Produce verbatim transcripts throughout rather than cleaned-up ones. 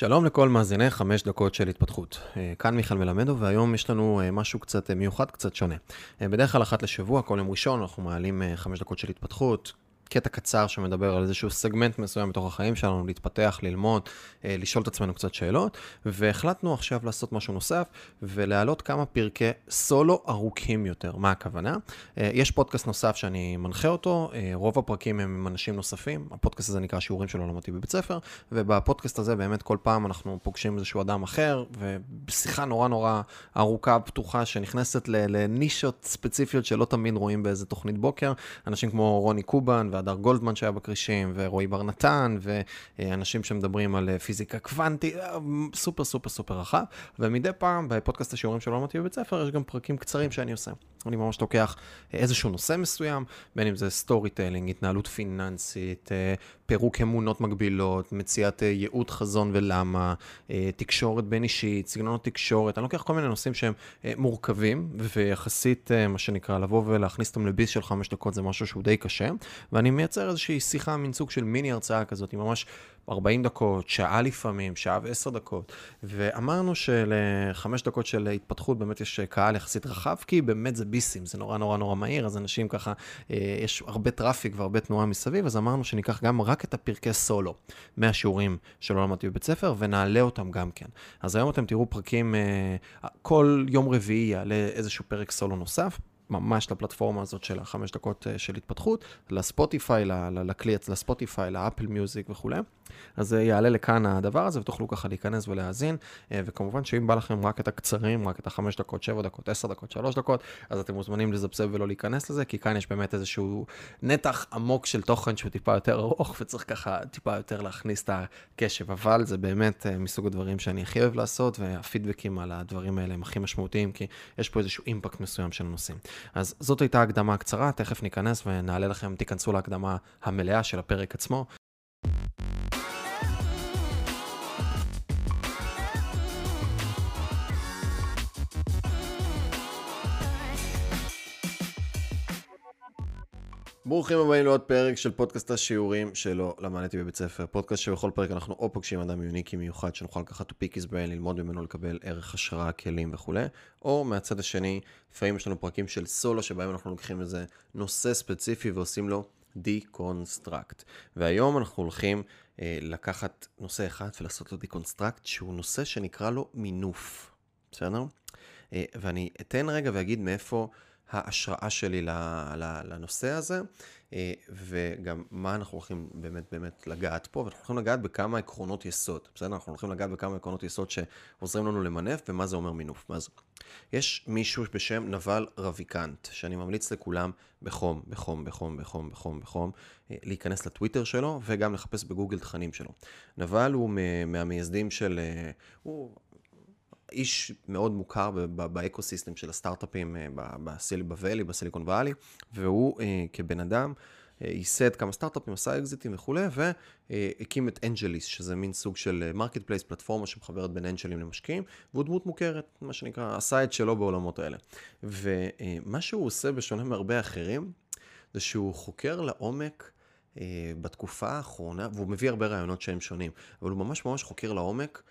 שלום לכל מאזיני חמש דקות של התפתחות. כאן מיכאל מלמדו, והיום יש לנו משהו קצת מיוחד, קצת שונה. בדרך כלל אחת לשבוע, כל יום ראשון, אנחנו מעלים חמש דקות של התפתחות, קטע קצר שמדבר על איזשהו סגמנט מסוים בתוך החיים שלנו, להתפתח, ללמוד, לשאול את עצמנו קצת שאלות, והחלטנו עכשיו לעשות משהו נוסף, ולהעלות כמה פרקי סולו ארוכים יותר. מה הכוונה? יש פודקאסט נוסף שאני מנחה אותו, רוב הפרקים הם עם אנשים נוספים, הפודקאסט הזה נקרא שיעורים שלא למדתי בבית ספר, ובפודקאסט הזה באמת כל פעם אנחנו פוגשים איזשהו אדם אחר, ובשיחה נורא נורא ארוכה, פתוחה, שנכנסת לנישות ספציפיות שלא תמיד רואים באיזה תוכנית בוקר, אנשים כמו רוני קובן והדר גולדמן שהיה בקרישים, ורועי בר נתן, ואנשים שמדברים על פיזיקה קוונטית, סופר סופר סופר רחב, ומדי פעם בפודקאסט השיעורים שלא למדתי בבית ספר, יש גם פרקים קצרים שאני עושה. אני ממש לוקח איזשהו נושא מסוים, בין אם זה סטורי טיילינג, התנהלות פיננסית, פירוק אמונות מגבילות, מציאת ייעוד חזון ולמה, תקשורת בין אישית, סגנונות תקשורת. אני לוקח כל מיני נושאים שהם מורכבים, ויחסית מה שנקרא לבוא ולהכניס אותם לביס של חמש דקות זה משהו שהוא די קשה, ואני מייצר איזושהי שיחה, מין סוג של מיני הרצאה כזאת, ממש ארבעים דקות, שעה לפעמים, שעה ועשר דקות, ואמרנו שלחמש דקות של התפתחות באמת יש קהל יחסית רחב, כי באמת זה ביסים, זה נורא נורא נורא מהיר, אז אנשים ככה, יש הרבה טראפיק והרבה תנועה מסביב, אז אמרנו שניקח גם רק את הפרקי סולו מהשיעורים שלא למדתי בבית ספר, ונעלה אותם גם כן. אז היום אתם תראו פרקים, כל יום רביעי יעלה איזשהו פרק סולו נוסף, ממש לפלטפורמה הזאת של החמש דקות של התפתחות, לספוטיפיי, לכלי, לספוטיפיי, לאפל מיוזיק וכו'. אז יעלה לכאן הדבר הזה, ותוכלו ככה להיכנס ולהאזין, וכמובן שאם בא לכם רק את הקצרים, רק את החמש דקות, שבע דקות, עשר דקות, שלוש דקות, אז אתם מוזמנים לזבסב ולא להיכנס לזה, כי כאן יש באמת איזשהו נתח עמוק של תוכן שהוא טיפה יותר ארוך, וצריך ככה טיפה יותר להכניס את הקשב, אבל זה באמת מסוג הדברים שאני הכי אוהב לעשות, והפידבקים על הדברים האלה הם הכי משמעותיים, כי יש פה איזשהו אימפקט מסוים של הנושאים. אז זאת הייתה הקדמה קצרה, תכף ניכנס ונעלה לכם, תיכנסו להקדמה המלאה של הפרק עצמו. ברוכים הבאים לעוד פרק של פודקאסט השיעורים שלא למדתי בבית ספר. פודקאסט שבכל פרק אנחנו או פוגשים אדם יוניקי מיוחד שנוכל לקחת טופיקיס בהן, ללמוד ממנו, לקבל ערך השראה, כלים וכו'. או מהצד השני, לפעמים יש לנו פרקים של סולו שבהם אנחנו לוקחים איזה נושא ספציפי ועושים לו דיקונסטרקט. והיום אנחנו הולכים אה, לקחת נושא אחד ולעשות לו דיקונסטרקט, שהוא נושא שנקרא לו מינוף. בסדר? אה, ואני אתן רגע ואגיד מאיפה ההשראה שלי לנושא הזה, וגם מה אנחנו הולכים באמת באמת לגעת פה, ואנחנו הולכים לגעת בכמה עקרונות יסוד, בסדר? אנחנו הולכים לגעת בכמה עקרונות יסוד שעוזרים לנו למנף, ומה זה אומר מינוף, מה זה? יש מישהו בשם נבל רביקנט, שאני ממליץ לכולם בחום, בחום, בחום, בחום, בחום, בחום, להיכנס לטוויטר שלו, וגם לחפש בגוגל תכנים שלו. נבל הוא מהמייסדים של, הוא איש מאוד מוכר באקוסיסטם של הסטארט-אפים בוואלי, בסיליקון וואלי, והוא כבן אדם ייסד כמה סטארט-אפים, עשה אקזיטים וכו', והקים את אנג'ליס, שזה מין סוג של מרקט פלייס, פלטפורמה שמחברת בין אנג'לים למשקיעים, והוא דמות מוכרת, מה שנקרא, עשה את שלו בעולמות האלה. ומה שהוא עושה בשונה מהרבה אחרים, זה שהוא חוקר לעומק בתקופה האחרונה, והוא מביא הרבה רעיונות שהם שונים, אבל הוא ממש ממש חוקר לעומק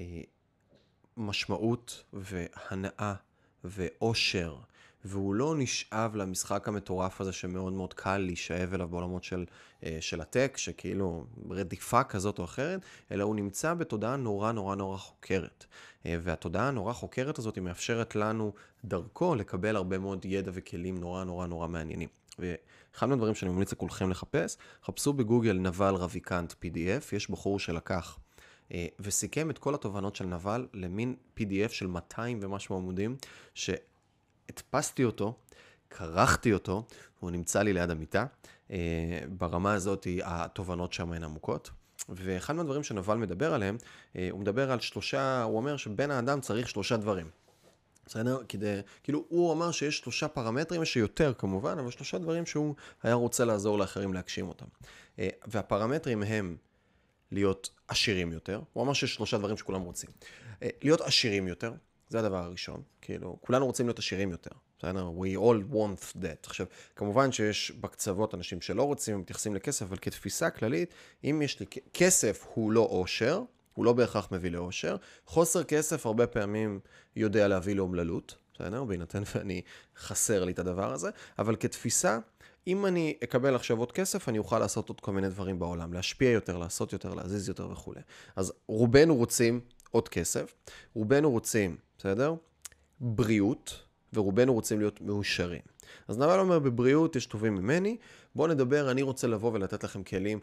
משמעות והנאה ואושר, והוא לא נשאב למשחק המטורף הזה שמאוד מאוד קל להישאב אליו בעולמות של, של הטק, שכאילו רדיפה כזאת או אחרת, אלא הוא נמצא בתודעה נורא נורא נורא חוקרת. והתודעה הנורא חוקרת הזאת היא מאפשרת לנו דרכו לקבל הרבה מאוד ידע וכלים נורא נורא נורא מעניינים. ואחד מהדברים שאני ממליץ לכולכם לחפש, חפשו בגוגל נבל רביקנט פי די אף, יש בחור שלקח וסיכם את כל התובנות של נבל למין פי די אף של מאתיים ומשהו עמודים, שהדפסתי אותו, קרחתי אותו, הוא נמצא לי ליד המיטה, ברמה הזאת התובנות שם הן עמוקות, ואחד מהדברים שנבל מדבר עליהם, הוא מדבר על שלושה, הוא אומר שבין האדם צריך שלושה דברים. בסדר? כדי, כאילו הוא אמר שיש שלושה פרמטרים, יש יותר כמובן, אבל שלושה דברים שהוא היה רוצה לעזור לאחרים להגשים אותם. והפרמטרים הם להיות עשירים יותר. הוא אמר שיש שלושה דברים שכולם רוצים. להיות עשירים יותר, זה הדבר הראשון. כאילו, כולנו רוצים להיות עשירים יותר. בסדר? We all want that. עכשיו, כמובן שיש בקצוות אנשים שלא רוצים, הם מתייחסים לכסף, אבל כתפיסה כללית, אם יש לי כסף הוא לא עושר, הוא לא בהכרח מביא לאושר. חוסר כסף הרבה פעמים יודע להביא לאומללות, בסדר? בהינתן ואני חסר לי את הדבר הזה, אבל כתפיסה, אם אני אקבל עכשיו עוד כסף, אני אוכל לעשות עוד כל מיני דברים בעולם, להשפיע יותר, לעשות יותר, להזיז יותר וכו'. אז רובנו רוצים עוד כסף, רובנו רוצים, בסדר? בריאות, ורובנו רוצים להיות מאושרים. אז נבל אומר, בבריאות יש טובים ממני, בואו נדבר, אני רוצה לבוא ולתת לכם כלים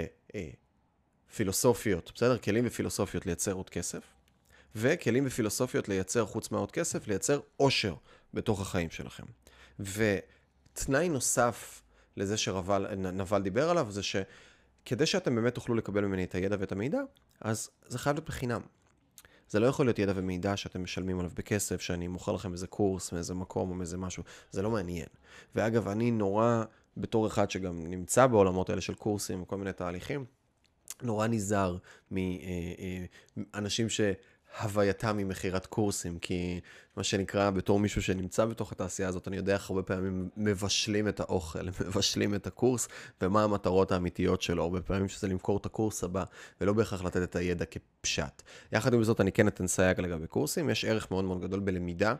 לפילוסופיות, בסדר? כלים ופילוסופיות לייצר עוד כסף, וכלים ופילוסופיות לייצר חוץ מהעוד כסף, לייצר עושר בתוך החיים שלכם. ותנאי נוסף לזה שנבל דיבר עליו, זה שכדי שאתם באמת תוכלו לקבל ממני את הידע ואת המידע, אז זה חייב להיות בחינם. זה לא יכול להיות ידע ומידע שאתם משלמים עליו בכסף, שאני מוכר לכם איזה קורס, מאיזה מקום או מאיזה משהו. זה לא מעניין. ואגב, אני נורא, בתור אחד שגם נמצא בעולמות האלה של קורסים וכל מיני תהליכים, נורא נזהר מאנשים שהווייתם ממחירת קורסים, כי מה שנקרא, בתור מישהו שנמצא בתוך התעשייה הזאת, אני יודע איך הרבה פעמים מבשלים את האוכל, מבשלים את הקורס, ומה המטרות האמיתיות שלו, הרבה פעמים שזה למכור את הקורס הבא, ולא בהכרח לתת את הידע כפשט. יחד עם זאת, אני כן אתן סייג לגבי קורסים, יש ערך מאוד מאוד גדול בלמידה,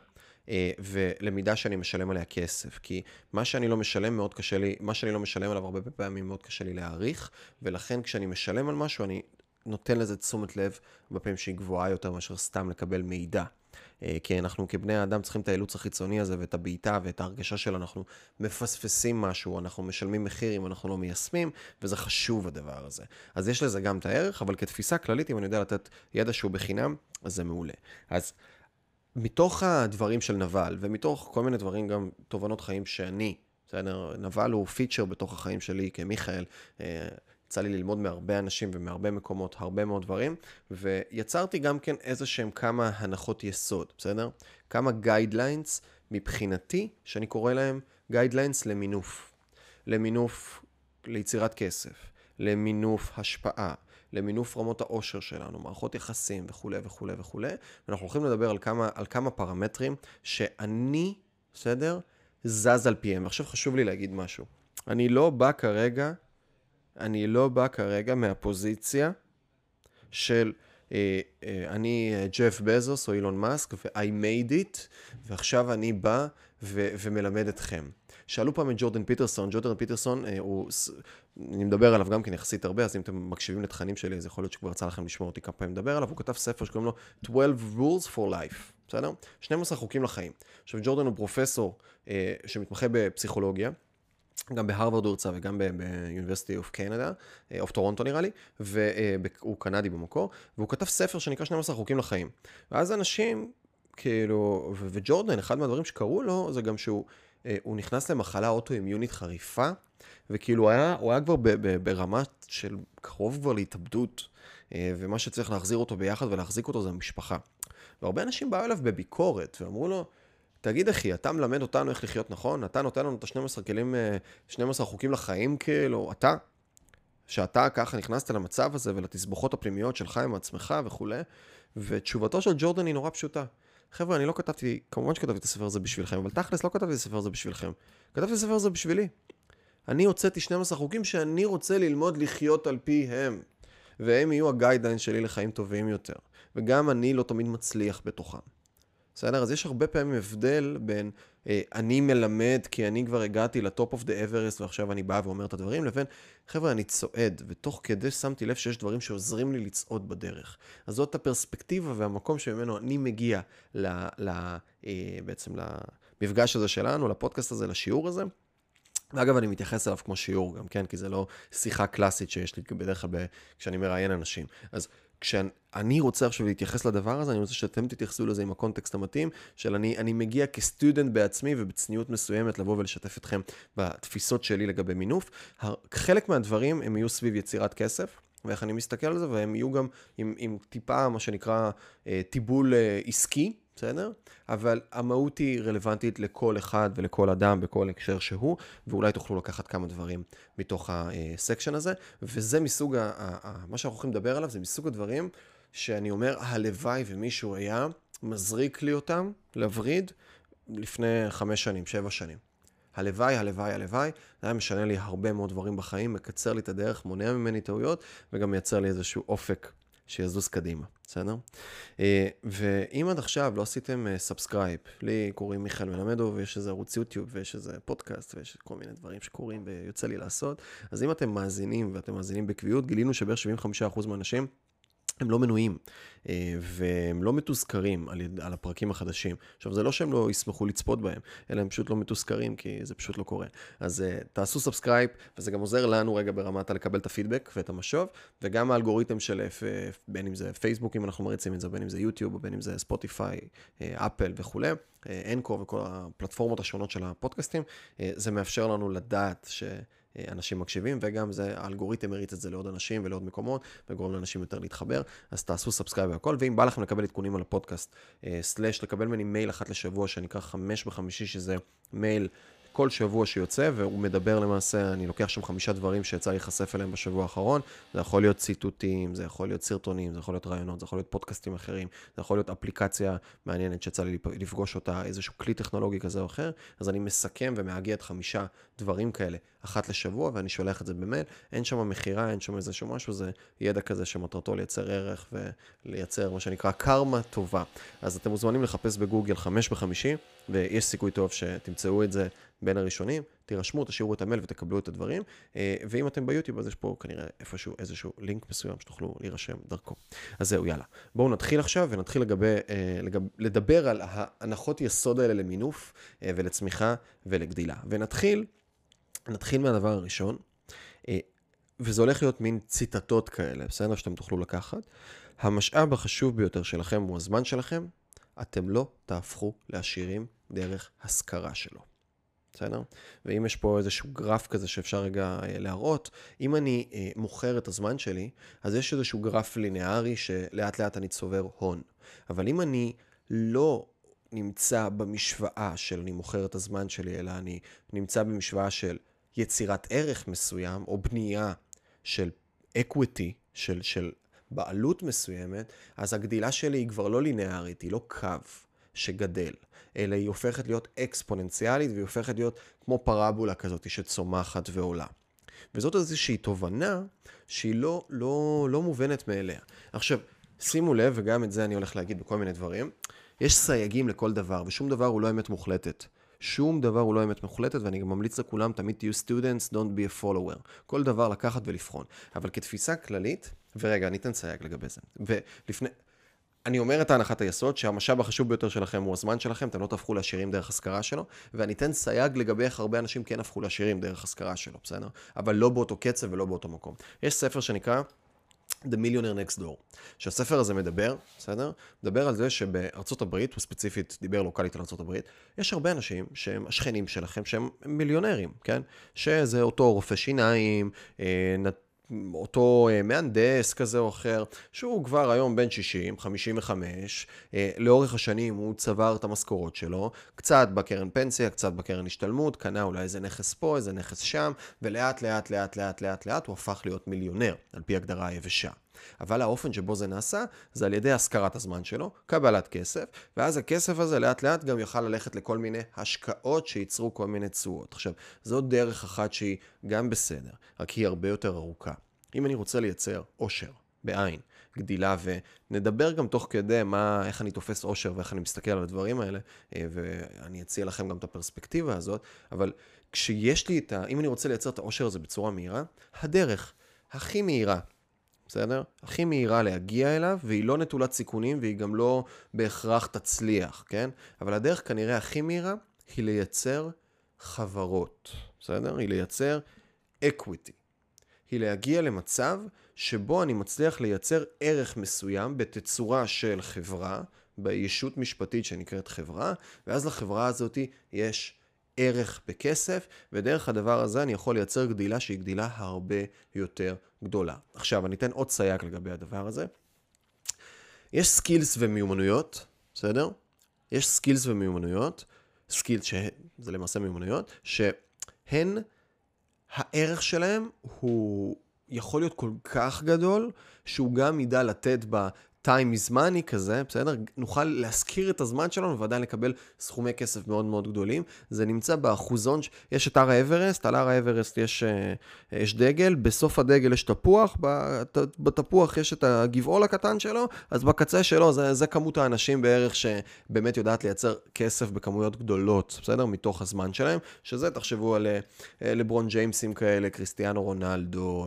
ולמידה שאני משלם עליה כסף, כי מה שאני לא משלם מאוד קשה לי, מה שאני לא משלם עליו הרבה פעמים מאוד קשה לי להעריך, ולכן כשאני משלם על משהו, אני נותן לזה תשומת לב בפעמים שהיא גבוהה יותר מאשר סתם לקבל מידע. כי אנחנו כבני האדם צריכים את האילוץ החיצוני הזה ואת הבעיטה ואת ההרגשה שלנו, אנחנו מפספסים משהו, אנחנו משלמים מחיר אם אנחנו לא מיישמים, וזה חשוב הדבר הזה. אז יש לזה גם את הערך, אבל כתפיסה כללית, אם אני יודע לתת ידע שהוא בחינם, אז זה מעולה. אז מתוך הדברים של נבל, ומתוך כל מיני דברים גם תובנות חיים שאני, בסדר, נבל הוא פיצ'ר בתוך החיים שלי כמיכאל, יצא לי ללמוד מהרבה אנשים ומהרבה מקומות, הרבה מאוד דברים, ויצרתי גם כן איזה שהם כמה הנחות יסוד, בסדר? כמה גיידליינס מבחינתי, שאני קורא להם גיידליינס למינוף. למינוף ליצירת כסף, למינוף השפעה, למינוף רמות העושר שלנו, מערכות יחסים וכו' וכו' וכו'. ואנחנו הולכים לדבר על כמה, על כמה פרמטרים שאני, בסדר, זז על פיהם. ועכשיו חשוב לי להגיד משהו. אני לא בא כרגע, אני לא בא כרגע מהפוזיציה של אה, אה, אני ג'ף בזוס או אילון מאסק ו-I made it, ועכשיו אני בא ו- ומלמד אתכם. שאלו פעם את ג'ורדן פיטרסון, ג'ורדן פיטרסון אה, הוא, אני מדבר עליו גם כן יחסית הרבה, אז אם אתם מקשיבים לתכנים שלי, אז יכול להיות שכבר יצא לכם לשמוע אותי כמה פעמים מדבר עליו, הוא כתב ספר שקוראים לו twelve rules for life, בסדר? שנים עשר חוקים לחיים. עכשיו ג'ורדן הוא פרופסור אה, שמתמחה בפסיכולוגיה, גם בהרווארד הוא הרצה וגם ב-University of Canada, of Toronto נראה לי, והוא קנדי במקור, והוא כתב ספר שנקרא שנים עשר חוקים לחיים. ואז אנשים, כאילו, וג'ורדן, אחד מהדברים שקראו לו, זה גם שהוא הוא נכנס למחלה אוטואימיונית חריפה, וכאילו היה, הוא היה כבר ב- ב- ברמה של קרוב כבר להתאבדות, ומה שצריך להחזיר אותו ביחד ולהחזיק אותו זה המשפחה. והרבה אנשים באו אליו בביקורת, ואמרו לו, תגיד אחי, אתה מלמד אותנו איך לחיות נכון? אתה נותן לנו את ה-שנים עשר כלים, שנים עשר חוקים לחיים כאילו, אתה, שאתה ככה נכנסת למצב הזה ולתסבוכות הפנימיות שלך עם עצמך וכו'. ותשובתו של ג'ורדן היא נורא פשוטה. חבר'ה, אני לא כתבתי, כמובן שכתבתי את הספר הזה בשבילכם, אבל תכלס לא כתבתי את הספר הזה בשבילכם. כתבתי את הספר הזה בשבילי. אני הוצאתי שנים עשר חוקים שאני רוצה ללמוד לחיות על פיהם. והם יהיו הגיידליין שלי לחיים טובים יותר. וגם אני לא תמיד מצליח בתוכם. בסדר? אז יש הרבה פעמים הבדל בין אה, אני מלמד כי אני כבר הגעתי לטופ אוף דה אברסט ועכשיו אני בא ואומר את הדברים, לבין חבר'ה אני צועד ותוך כדי שמתי לב שיש דברים שעוזרים לי לצעוד בדרך. אז זאת הפרספקטיבה והמקום שממנו אני מגיע ל, ל, אה, בעצם למפגש הזה שלנו, לפודקאסט הזה, לשיעור הזה. ואגב, אני מתייחס אליו כמו שיעור גם, כן? כי זה לא שיחה קלאסית שיש לי בדרך כלל ב... כשאני מראיין אנשים. אז כשאני רוצה עכשיו להתייחס לדבר הזה, אני רוצה שאתם תתייחסו לזה עם הקונטקסט המתאים, של אני, אני מגיע כסטודנט בעצמי ובצניעות מסוימת לבוא ולשתף אתכם בתפיסות שלי לגבי מינוף. חלק מהדברים הם יהיו סביב יצירת כסף, ואיך אני מסתכל על זה, והם יהיו גם עם, עם טיפה, מה שנקרא, טיבול עסקי, בסדר? אבל המהות היא רלוונטית לכל אחד ולכל אדם בכל הקשר שהוא, ואולי תוכלו לקחת כמה דברים מתוך הסקשן הזה, וזה מסוג, ה- ה- מה שאנחנו הולכים לדבר עליו, זה מסוג הדברים שאני אומר, הלוואי ומישהו היה מזריק לי אותם לבריד לפני חמש שנים, שבע שנים. הלוואי, הלוואי, הלוואי, זה היה משנה לי הרבה מאוד דברים בחיים, מקצר לי את הדרך, מונע ממני טעויות, וגם מייצר לי איזשהו אופק שיזוז קדימה, בסדר? ואם עד עכשיו לא עשיתם סאבסקרייב, לי קוראים מיכאל מלמדו, ויש איזה ערוץ יוטיוב, ויש איזה פודקאסט, ויש כל מיני דברים שקורים ויוצא לי לעשות, אז אם אתם מאזינים ואתם מאזינים בקביעות, גילינו שבערך שבעים וחמישה אחוז מהאנשים הם לא מנויים, והם לא מתוזכרים על, על הפרקים החדשים. עכשיו, זה לא שהם לא ישמחו לצפות בהם, אלא הם פשוט לא מתוזכרים, כי זה פשוט לא קורה. אז תעשו סאבסקרייב, וזה גם עוזר לנו רגע ברמת לקבל את הפידבק ואת המשוב, וגם האלגוריתם של, בין אם זה פייסבוק, אם אנחנו מריצים את זה, בין אם זה יוטיוב, בין אם זה ספוטיפיי, אפל וכו', אנקור וכל הפלטפורמות השונות של הפודקאסטים, זה מאפשר לנו לדעת ש... אנשים מקשיבים, וגם זה, האלגוריתם מריץ את זה לעוד אנשים ולעוד מקומות, וגורם לאנשים יותר להתחבר, אז תעשו סאבסקרייב והכל, ואם בא לכם לקבל עדכונים על הפודקאסט, סלש, לקבל ממני מייל אחת לשבוע, שנקרא חמש בחמישי, שזה מייל כל שבוע שיוצא, והוא מדבר למעשה, אני לוקח שם חמישה דברים שיצא להיחשף אליהם בשבוע האחרון, זה יכול להיות ציטוטים, זה יכול להיות סרטונים, זה יכול להיות רעיונות, זה יכול להיות פודקאסטים אחרים, זה יכול להיות אפליקציה מעניינת שיצא לי לפגוש אותה, איזשהו כלי טכנולוגי כזה או אחר, אז אני מסכם ומאגד חמישה דברים כאלה, אחת לשבוע, ואני שולח את זה במייל, אין שם מחירה, אין שם איזשהו משהו, זה ידע כזה שמטרתו לייצר ערך ולייצר מה שנקרא קרמה טובה. אז אתם מוזמנים לחפש בגוגל חמש בחמישי, ויש סיכוי טוב שתמצאו את זה בין הראשונים, תירשמו, תשאירו את המייל ותקבלו את הדברים, ואם אתם ביוטיוב, אז יש פה כנראה איפשהו איזשהו לינק מסוים שתוכלו להירשם דרכו. אז זהו, יאללה. בואו נתחיל עכשיו ונתחיל לגבי, לגב, לדבר על ההנחות יסוד האלה למינוף ולצמיחה ולגדילה. ונתחיל, נתחיל מהדבר הראשון, וזה הולך להיות מין ציטטות כאלה, בסדר? שאתם תוכלו לקחת. המשאב החשוב ביותר שלכם הוא הזמן שלכם, אתם לא תהפכו לעשירים דרך השכרה שלו. בסדר? ואם יש פה איזשהו גרף כזה שאפשר רגע להראות, אם אני מוכר את הזמן שלי, אז יש איזשהו גרף ליניארי שלאט לאט אני צובר הון. אבל אם אני לא נמצא במשוואה של אני מוכר את הזמן שלי, אלא אני נמצא במשוואה של יצירת ערך מסוים, או בנייה של equity, של, של בעלות מסוימת, אז הגדילה שלי היא כבר לא ליניארית, היא לא קו שגדל, אלא היא הופכת להיות אקספוננציאלית, והיא הופכת להיות כמו פרבולה כזאת שצומחת ועולה. וזאת איזושהי תובנה שהיא לא, לא, לא מובנת מאליה. עכשיו, שימו לב, וגם את זה אני הולך להגיד בכל מיני דברים, יש סייגים לכל דבר, ושום דבר הוא לא אמת מוחלטת. שום דבר הוא לא אמת מוחלטת, ואני גם ממליץ לכולם, תמיד תהיו students, don't be a follower. כל דבר לקחת ולבחון. אבל כתפיסה כללית, ורגע, אני אתן סייג לגבי זה. ולפני... אני אומר את ההנחת היסוד שהמשאב החשוב ביותר שלכם הוא הזמן שלכם, אתם לא תהפכו לעשירים דרך השכרה שלו, ואני אתן סייג לגבי איך הרבה אנשים כן הפכו לעשירים דרך השכרה שלו, בסדר? אבל לא באותו קצב ולא באותו מקום. יש ספר שנקרא The Millionaire Next Door, שהספר הזה מדבר, בסדר? מדבר על זה שבארצות הברית, הוא ספציפית דיבר לוקלית על ארצות הברית, יש הרבה אנשים שהם השכנים שלכם, שהם מיליונרים, כן? שזה אותו רופא שיניים, נת... אותו מהנדס כזה או אחר, שהוא כבר היום בן שישים, חמישים וחמש, לאורך השנים הוא צבר את המשכורות שלו, קצת בקרן פנסיה, קצת בקרן השתלמות, קנה אולי איזה נכס פה, איזה נכס שם, ולאט לאט לאט לאט לאט לאט הוא הפך להיות מיליונר, על פי הגדרה היבשה. אבל האופן שבו זה נעשה, זה על ידי השכרת הזמן שלו, קבלת כסף, ואז הכסף הזה לאט לאט גם יוכל ללכת לכל מיני השקעות שייצרו כל מיני תשואות. עכשיו, זו דרך אחת שהיא גם בסדר, רק היא הרבה יותר ארוכה. אם אני רוצה לייצר עושר, בעין, גדילה, ונדבר גם תוך כדי מה, איך אני תופס עושר ואיך אני מסתכל על הדברים האלה, ואני אציע לכם גם את הפרספקטיבה הזאת, אבל כשיש לי את ה... אם אני רוצה לייצר את העושר הזה בצורה מהירה, הדרך הכי מהירה, בסדר? הכי מהירה להגיע אליו, והיא לא נטולת סיכונים, והיא גם לא בהכרח תצליח, כן? אבל הדרך כנראה הכי מהירה היא לייצר חברות, בסדר? היא לייצר equity. היא להגיע למצב שבו אני מצליח לייצר ערך מסוים בתצורה של חברה, בישות משפטית שנקראת חברה, ואז לחברה הזאת יש ערך בכסף, ודרך הדבר הזה אני יכול לייצר גדילה שהיא גדילה הרבה יותר גדולה. עכשיו, אני אתן עוד סייג לגבי הדבר הזה. יש סקילס ומיומנויות, בסדר? יש סקילס ומיומנויות, סקילס שזה למעשה מיומנויות, שהן, הערך שלהם הוא יכול להיות כל כך גדול, שהוא גם ידע לתת בה time is money כזה, בסדר? נוכל להזכיר את הזמן שלנו ועדיין לקבל סכומי כסף מאוד מאוד גדולים. זה נמצא באחוזון, יש את הר האברסט, על הר האברסט יש, יש דגל, בסוף הדגל יש תפוח, בתפוח יש את הגבעול הקטן שלו, אז בקצה שלו זה, זה כמות האנשים בערך שבאמת יודעת לייצר כסף בכמויות גדולות, בסדר? מתוך הזמן שלהם, שזה תחשבו על לברון ג'יימסים כאלה, קריסטיאנו רונלדו,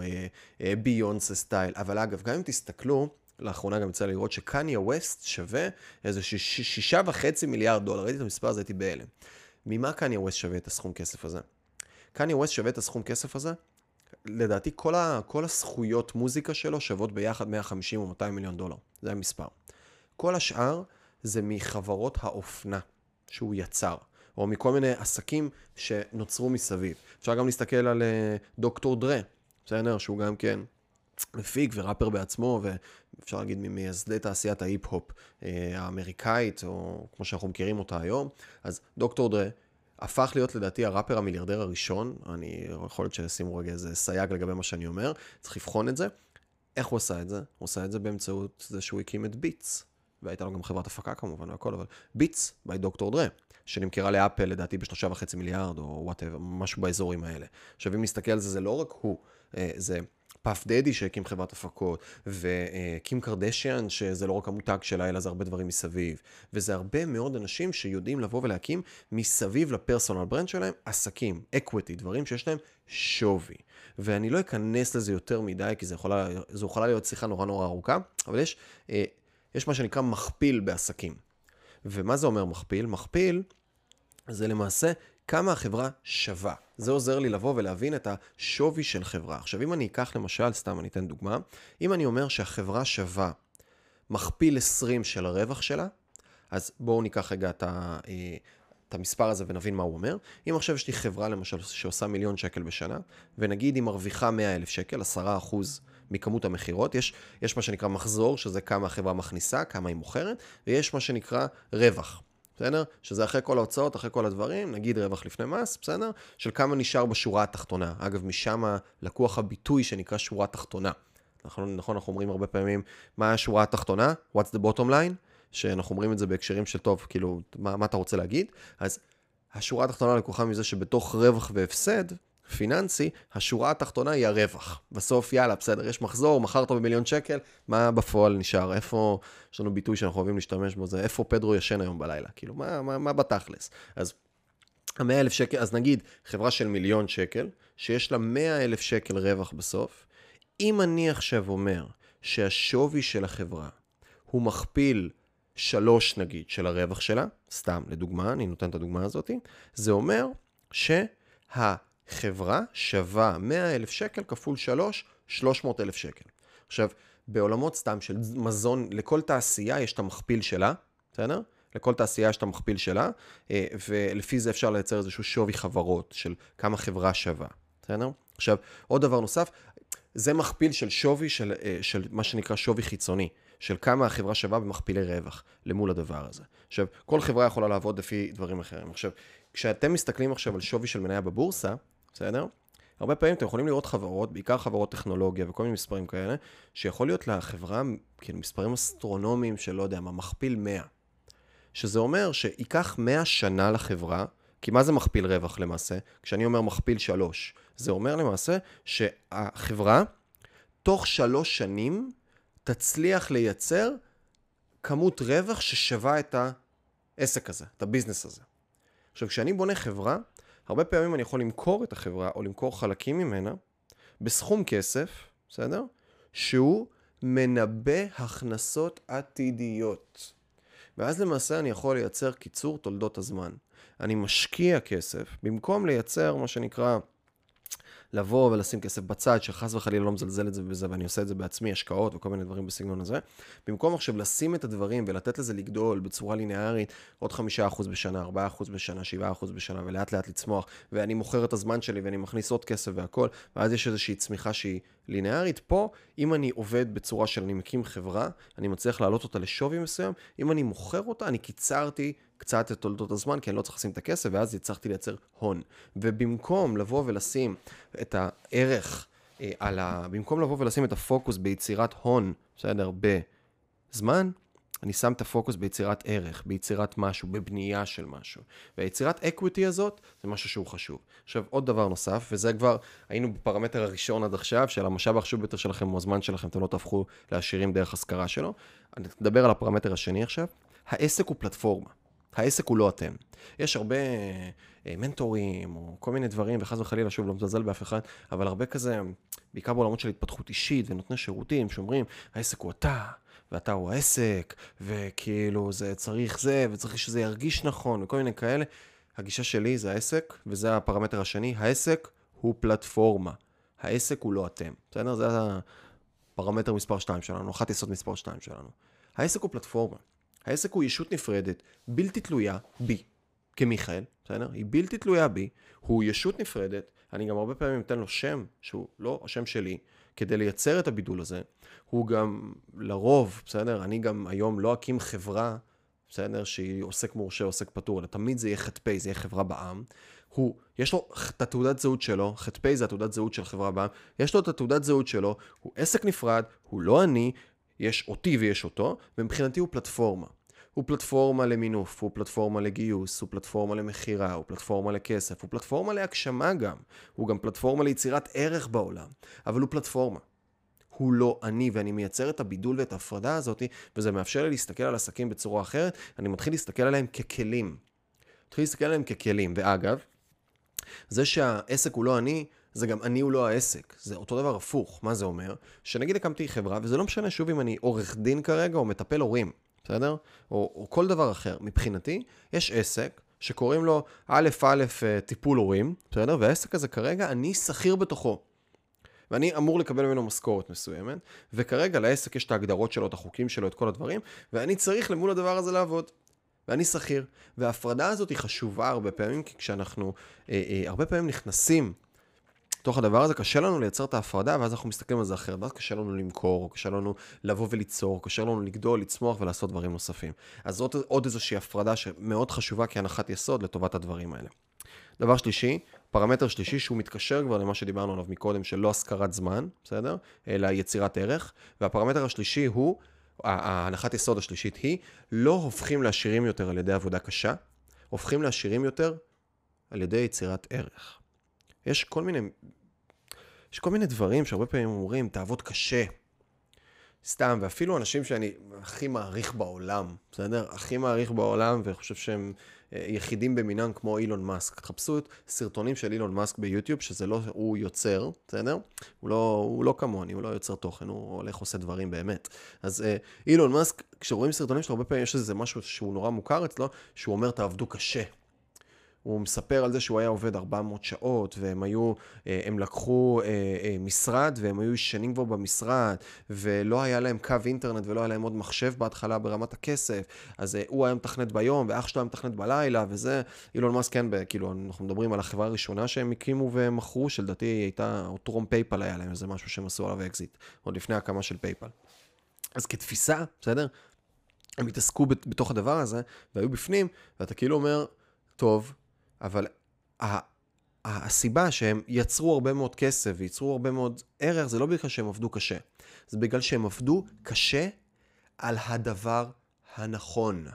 ביונסה סטייל, אבל אגב, גם אם תסתכלו, לאחרונה גם יצא לראות שקניה ווסט שווה איזה שישה וחצי מיליארד דולר. ראיתי את המספר הזה, הייתי בהלם. ממה קניה ווסט שווה את הסכום כסף הזה? קניה ווסט שווה את הסכום כסף הזה? לדעתי כל, ה, כל הזכויות מוזיקה שלו שוות ביחד מאה וחמישים או מאתיים מיליון דולר. זה המספר. כל השאר זה מחברות האופנה שהוא יצר, או מכל מיני עסקים שנוצרו מסביב. אפשר גם להסתכל על דוקטור דרה, בסדר? שהוא גם כן מפיק וראפר בעצמו, ואפשר להגיד ממייסדי תעשיית ההיפ-הופ האמריקאית, או כמו שאנחנו מכירים אותה היום. אז דוקטור דרה הפך להיות לדעתי הראפר המיליארדר הראשון. אני יכול להיות שישימו רגע איזה סייג לגבי מה שאני אומר, צריך לבחון את זה. איך הוא עשה את זה? הוא עשה את זה באמצעות זה שהוא הקים את ביטס, והייתה לו גם חברת הפקה כמובן והכל, אבל ביטס by דוקטור דרה, שנמכרה לאפל לדעתי בשלושה וחצי מיליארד, או whatever, משהו באזורים האלה. עכשיו אם נסתכל על זה, זה לא רק הוא, זה פאף דדי שהקים חברת הפקות, וקים קרדשיאן שזה לא רק המותג שלה, אלא זה הרבה דברים מסביב. וזה הרבה מאוד אנשים שיודעים לבוא ולהקים מסביב לפרסונל ברנד שלהם עסקים, אקוויטי, דברים שיש להם שווי. ואני לא אכנס לזה יותר מדי, כי זה יכולה, זה יכולה להיות שיחה נורא נורא ארוכה, אבל יש, יש מה שנקרא מכפיל בעסקים. ומה זה אומר מכפיל? מכפיל זה למעשה כמה החברה שווה. זה עוזר לי לבוא ולהבין את השווי של חברה. עכשיו, אם אני אקח למשל, סתם אני אתן דוגמה, אם אני אומר שהחברה שווה מכפיל עשרים של הרווח שלה, אז בואו ניקח רגע את, ה, את המספר הזה ונבין מה הוא אומר. אם עכשיו יש לי חברה למשל שעושה מיליון שקל בשנה, ונגיד היא מרוויחה מאה אלף שקל, עשרה אחוז מכמות המחירות, יש, יש מה שנקרא מחזור, שזה כמה החברה מכניסה, כמה היא מוכרת, ויש מה שנקרא רווח. בסדר? שזה אחרי כל ההוצאות, אחרי כל הדברים, נגיד רווח לפני מס, בסדר? של כמה נשאר בשורה התחתונה. אגב, משם לקוח הביטוי שנקרא שורה תחתונה. נכון, נכון, אנחנו אומרים הרבה פעמים, מה השורה התחתונה? What's the bottom line? שאנחנו אומרים את זה בהקשרים של טוב, כאילו, מה, מה אתה רוצה להגיד? אז השורה התחתונה לקוחה מזה שבתוך רווח והפסד פיננסי, השורה התחתונה היא הרווח. בסוף, יאללה, בסדר, יש מחזור, מכרת במיליון שקל, מה בפועל נשאר? איפה, יש לנו ביטוי שאנחנו אוהבים להשתמש בו, זה איפה פדרו ישן היום בלילה? כאילו, מה, מה, מה בתכלס? אז מאה אלף שקל, אז נגיד, חברה של מיליון שקל, שיש לה מאה אלף שקל רווח בסוף, אם אני עכשיו אומר שהשווי של החברה הוא מכפיל שלוש נגיד של הרווח שלה, סתם לדוגמה, אני נותן את הדוגמה הזאת, זה אומר שה חברה שווה מאה אלף שקל כפול שלוש, שלוש מאות אלף שקל. עכשיו, בעולמות סתם של מזון, לכל תעשייה יש את המכפיל שלה, בסדר? לכל תעשייה יש את המכפיל שלה, ולפי זה אפשר לייצר איזשהו שווי חברות של כמה חברה שווה, בסדר? עכשיו, עוד דבר נוסף, זה מכפיל של שווי של, של מה שנקרא שווי חיצוני, של כמה החברה שווה במכפילי רווח למול הדבר הזה. עכשיו, כל חברה יכולה לעבוד לפי דברים אחרים. עכשיו, כשאתם מסתכלים עכשיו על שווי של מניה בבורסה, בסדר? הרבה פעמים אתם יכולים לראות חברות, בעיקר חברות טכנולוגיה וכל מיני מספרים כאלה, שיכול להיות לחברה, כאילו מספרים אסטרונומיים של לא יודע מה, מכפיל מאה. שזה אומר שייקח מאה שנה לחברה, כי מה זה מכפיל רווח למעשה? כשאני אומר מכפיל שלוש, זה אומר למעשה שהחברה תוך שלוש שנים תצליח לייצר כמות רווח ששווה את העסק הזה, את הביזנס הזה. עכשיו, כשאני בונה חברה, הרבה פעמים אני יכול למכור את החברה או למכור חלקים ממנה בסכום כסף, בסדר? שהוא מנבא הכנסות עתידיות. ואז למעשה אני יכול לייצר קיצור תולדות הזמן. אני משקיע כסף, במקום לייצר מה שנקרא לבוא ולשים כסף בצד, שחס וחלילה לא מזלזל את זה בזה, ואני עושה את זה בעצמי, השקעות וכל מיני דברים בסגנון הזה. במקום עכשיו לשים את הדברים ולתת לזה לגדול בצורה ליניארית, עוד חמישה אחוז בשנה, ארבעה אחוז בשנה, שבעה אחוז בשנה, ולאט לאט לצמוח, ואני מוכר את הזמן שלי ואני מכניס עוד כסף והכל, ואז יש איזושהי צמיחה שהיא ליניארית. פה, אם אני עובד בצורה של אני מקים חברה, אני מצליח להעלות אותה לשווי מסוים, אם אני מוכר אותה, אני קיצרתי קצת את תולדות הזמן, כי אני לא צריך לשים את הכסף, ואז הצלחתי לייצר הון. ובמקום לבוא ולשים את הערך, על ה... במקום לבוא ולשים את הפוקוס ביצירת הון, בסדר, זמן, אני שם את הפוקוס ביצירת ערך, ביצירת משהו, בבנייה של משהו. והיצירת אקוויטי הזאת, זה משהו שהוא חשוב. עכשיו, עוד דבר נוסף, וזה כבר, היינו בפרמטר הראשון עד עכשיו, של המשאב החשוב ביותר שלכם הוא הזמן שלכם, אתם לא תהפכו לעשירים דרך השכרה שלו. אני אדבר על הפרמטר השני עכשיו. העסק הוא פלטפורמה. העסק הוא לא אתם. יש הרבה מנטורים, או כל מיני דברים, וחס וחלילה, שוב, לא מזלזל באף אחד, אבל הרבה כזה, בעיקר בעולמות של התפתחות אישית, ונותני שירותים, שאומרים, העסק הוא אתה, ואתה הוא העסק, וכאילו זה צריך זה, וצריך שזה ירגיש נכון, וכל מיני כאלה. הגישה שלי זה העסק, וזה הפרמטר השני, העסק הוא פלטפורמה. העסק הוא לא אתם. בסדר? זה הפרמטר מספר שתיים שלנו, אחת יסוד מספר שתיים שלנו. העסק הוא פלטפורמה. העסק הוא ישות נפרדת, בלתי תלויה בי, כמיכאל, בסדר? היא בלתי תלויה בי, הוא ישות נפרדת, אני גם הרבה פעמים אתן לו שם, שהוא לא השם שלי, כדי לייצר את הבידול הזה, הוא גם לרוב, בסדר? אני גם היום לא אקים חברה, בסדר? שהיא עוסק מורשה, עוסק פטור, אלא תמיד זה יהיה חטפי, זה יהיה חברה בעם. הוא, יש לו את התעודת זהות שלו, חטפי זה התעודת זהות של חברה בעם, יש לו את התעודת זהות שלו, הוא עסק נפרד, הוא לא אני, יש אותי ויש אותו, ומבחינתי הוא פלטפורמה. הוא פלטפורמה למינוף, הוא פלטפורמה לגיוס, הוא פלטפורמה למחירה, הוא פלטפורמה לכסף, הוא פלטפורמה להגשמה גם, הוא גם פלטפורמה ליצירת ערך בעולם, אבל הוא פלטפורמה. הוא לא אני, ואני מייצר את הבידול ואת ההפרדה הזאת, וזה מאפשר לי להסתכל על עסקים בצורה אחרת, אני מתחיל להסתכל עליהם ככלים. מתחיל להסתכל עליהם ככלים, ואגב, זה שהעסק הוא לא אני, זה גם אני הוא לא העסק. זה אותו דבר הפוך. מה זה אומר? שנגיד הקמתי חברה, וזה לא משנה שוב אם אני עורך דין כרגע או מטפל הורים, בסדר? או, או כל דבר אחר. מבחינתי, יש עסק שקוראים לו א' א' טיפול הורים, בסדר? והעסק הזה כרגע אני שכיר בתוכו. ואני אמור לקבל ממנו משכורת מסוימת, וכרגע לעסק יש את ההגדרות שלו, את החוקים שלו, את כל הדברים, ואני צריך למול הדבר הזה לעבוד. ואני שכיר. וההפרדה הזאת היא חשובה הרבה פעמים, כי כשאנחנו אה, אה, הרבה פעמים נכנסים תוך הדבר הזה, קשה לנו לייצר את ההפרדה, ואז אנחנו מסתכלים על זה אחרת. ואז קשה לנו למכור, או קשה לנו לבוא וליצור, קשה לנו לגדול, לצמוח ולעשות דברים נוספים. אז זאת עוד איזושהי הפרדה שמאוד חשובה כהנחת יסוד לטובת הדברים האלה. דבר שלישי, פרמטר שלישי שהוא מתקשר כבר למה שדיברנו עליו מקודם, של לא השכרת זמן, בסדר? אלא יצירת ערך. והפרמטר השלישי הוא, ההנחת יסוד השלישית היא, לא הופכים לעשירים יותר על ידי עבודה קשה, הופכים לעשירים יותר על ידי יצירת ערך. יש כל מיני, יש כל מיני דברים שהרבה פעמים אומרים, תעבוד קשה. סתם, ואפילו אנשים שאני הכי מעריך בעולם, בסדר? הכי מעריך בעולם, וחושב שהם יחידים במינם כמו אילון מאסק. תחפשו את סרטונים של אילון מאסק ביוטיוב, שזה לא הוא יוצר, בסדר? הוא לא, הוא לא כמוני, הוא לא יוצר תוכן, הוא הולך עושה דברים באמת. אז אילון מאסק, כשרואים סרטונים שלו, הרבה פעמים יש איזה משהו שהוא נורא מוכר אצלו, שהוא אומר, תעבדו קשה. הוא מספר על זה שהוא היה עובד ארבע מאות שעות, והם היו, הם לקחו משרד, והם היו ישנים כבר במשרד, ולא היה להם קו אינטרנט, ולא היה להם עוד מחשב בהתחלה ברמת הכסף, אז הוא היה מתכנת ביום, ואח שלו היה מתכנת בלילה, וזה, אילון מאסק כן, כאילו, אנחנו מדברים על החברה הראשונה שהם הקימו ומכרו, שלדעתי הייתה, או טרום פייפל היה להם, זה משהו שהם עשו עליו אקזיט, עוד לפני הקמה של פייפל. אז כתפיסה, בסדר? הם התעסקו בתוך הדבר הזה, והיו בפנים, ואתה כאילו אומר, טוב, אבל הסיבה שהם יצרו הרבה מאוד כסף ויצרו הרבה מאוד ערך, זה לא בגלל שהם עבדו קשה. זה בגלל שהם עבדו קשה על הדבר הנכון.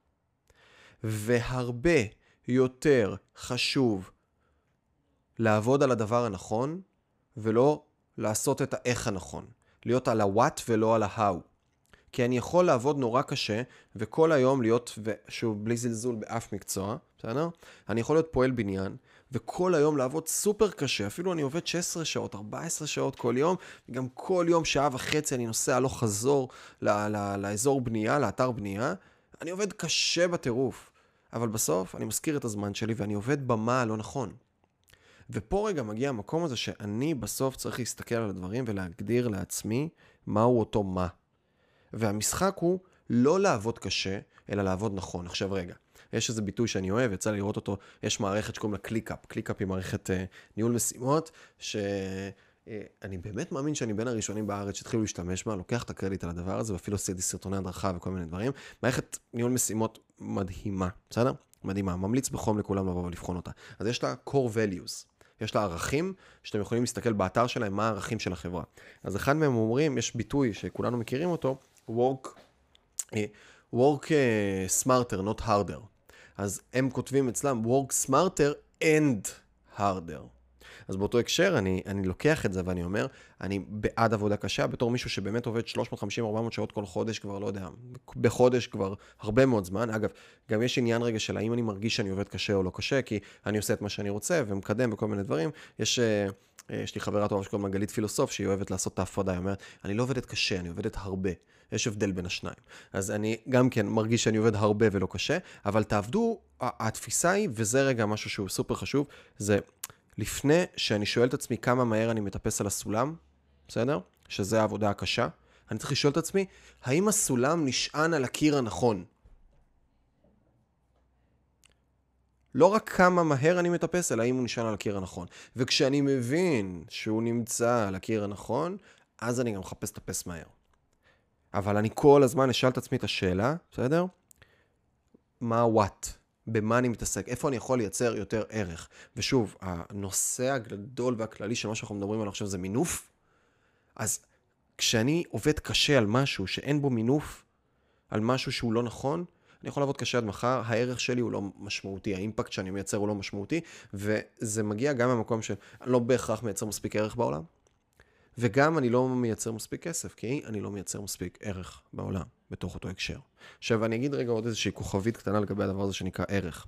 והרבה יותר חשוב לעבוד על הדבר הנכון, ולא לעשות את האיך הנכון. להיות על ה-what ולא על ה-how. כי אני יכול לעבוד נורא קשה, וכל היום להיות, ושוב, בלי זלזול באף מקצוע, בסדר? אני יכול להיות פועל בניין, וכל היום לעבוד סופר קשה, אפילו אני עובד שש עשרה שעות, ארבע עשרה שעות כל יום, וגם כל יום שעה וחצי אני נוסע הלוך חזור ל- ל- לאזור בנייה, לאתר בנייה, אני עובד קשה בטירוף, אבל בסוף אני מזכיר את הזמן שלי, ואני עובד במה הלא נכון. ופה רגע מגיע המקום הזה, שאני בסוף צריך להסתכל על הדברים, ולהגדיר לעצמי מהו אותו מה. והמשחק הוא לא לעבוד קשה, אלא לעבוד נכון. עכשיו רגע, יש איזה ביטוי שאני אוהב, יצא לי לראות אותו, יש מערכת שקוראים לה קליק-אפ. קליק-אפ היא מערכת uh, ניהול משימות, שאני uh, באמת מאמין שאני בין הראשונים בארץ שהתחילו להשתמש בה, לוקח את הקרדיט על הדבר הזה, ואפילו עשיתי סרטוני הדרכה וכל מיני דברים. מערכת ניהול משימות מדהימה, בסדר? מדהימה, ממליץ בחום לכולם לבוא ולבחון אותה. אז יש לה core values. יש לה ערכים שאתם יכולים להסתכל באתר שלהם, מה הערכים של החברה. אז אחד מהם אומרים, יש ביטוי שכולנו מכירים אותו, work work smarter, not harder. אז הם כותבים אצלם work smarter and harder. אז באותו הקשר, אני, אני לוקח את זה ואני אומר, אני בעד עבודה קשה, בתור מישהו שבאמת עובד שלוש מאות חמישים עד ארבע מאות שעות כל חודש, כבר לא יודע, בחודש כבר הרבה מאוד זמן. אגב, גם יש עניין רגע של האם אני מרגיש שאני עובד קשה או לא קשה, כי אני עושה את מה שאני רוצה ומקדם בכל מיני דברים. יש, יש לי חברה טובה שקוראים לה גלית פילוסוף, שהיא אוהבת לעשות את ההפרדה, היא אומרת, אני לא עובדת קשה, אני עובדת הרבה. יש הבדל בין השניים. אז אני גם כן מרגיש שאני עובד הרבה ולא קשה, אבל תעבדו, התפיסה היא, וזה רגע משהו שהוא סופר חשוב, זה לפני שאני שואל את עצמי כמה מהר אני מטפס על הסולם, בסדר? שזה העבודה הקשה. אני צריך לשאול את עצמי, האם הסולם נשען על הקיר הנכון? לא רק כמה מהר אני מטפס, אלא האם הוא נשען על הקיר הנכון. וכשאני מבין שהוא נמצא על הקיר הנכון, אז אני גם מחפש לטפס מהר. אבל אני כל הזמן אשאל את עצמי את השאלה, בסדר? מה what? במה אני מתעסק? איפה אני יכול לייצר יותר ערך? ושוב, הנושא הגדול והכללי של מה שאנחנו מדברים עליו עכשיו זה מינוף. אז כשאני עובד קשה על משהו שאין בו מינוף, על משהו שהוא לא נכון, אני יכול לעבוד קשה עד מחר, הערך שלי הוא לא משמעותי, האימפקט שאני מייצר הוא לא משמעותי, וזה מגיע גם מהמקום שאני לא בהכרח מייצר מספיק ערך בעולם, וגם אני לא מייצר מספיק כסף, כי אני לא מייצר מספיק ערך בעולם, בתוך אותו הקשר. עכשיו, אני אגיד רגע עוד איזושהי כוכבית קטנה לגבי הדבר הזה שנקרא ערך.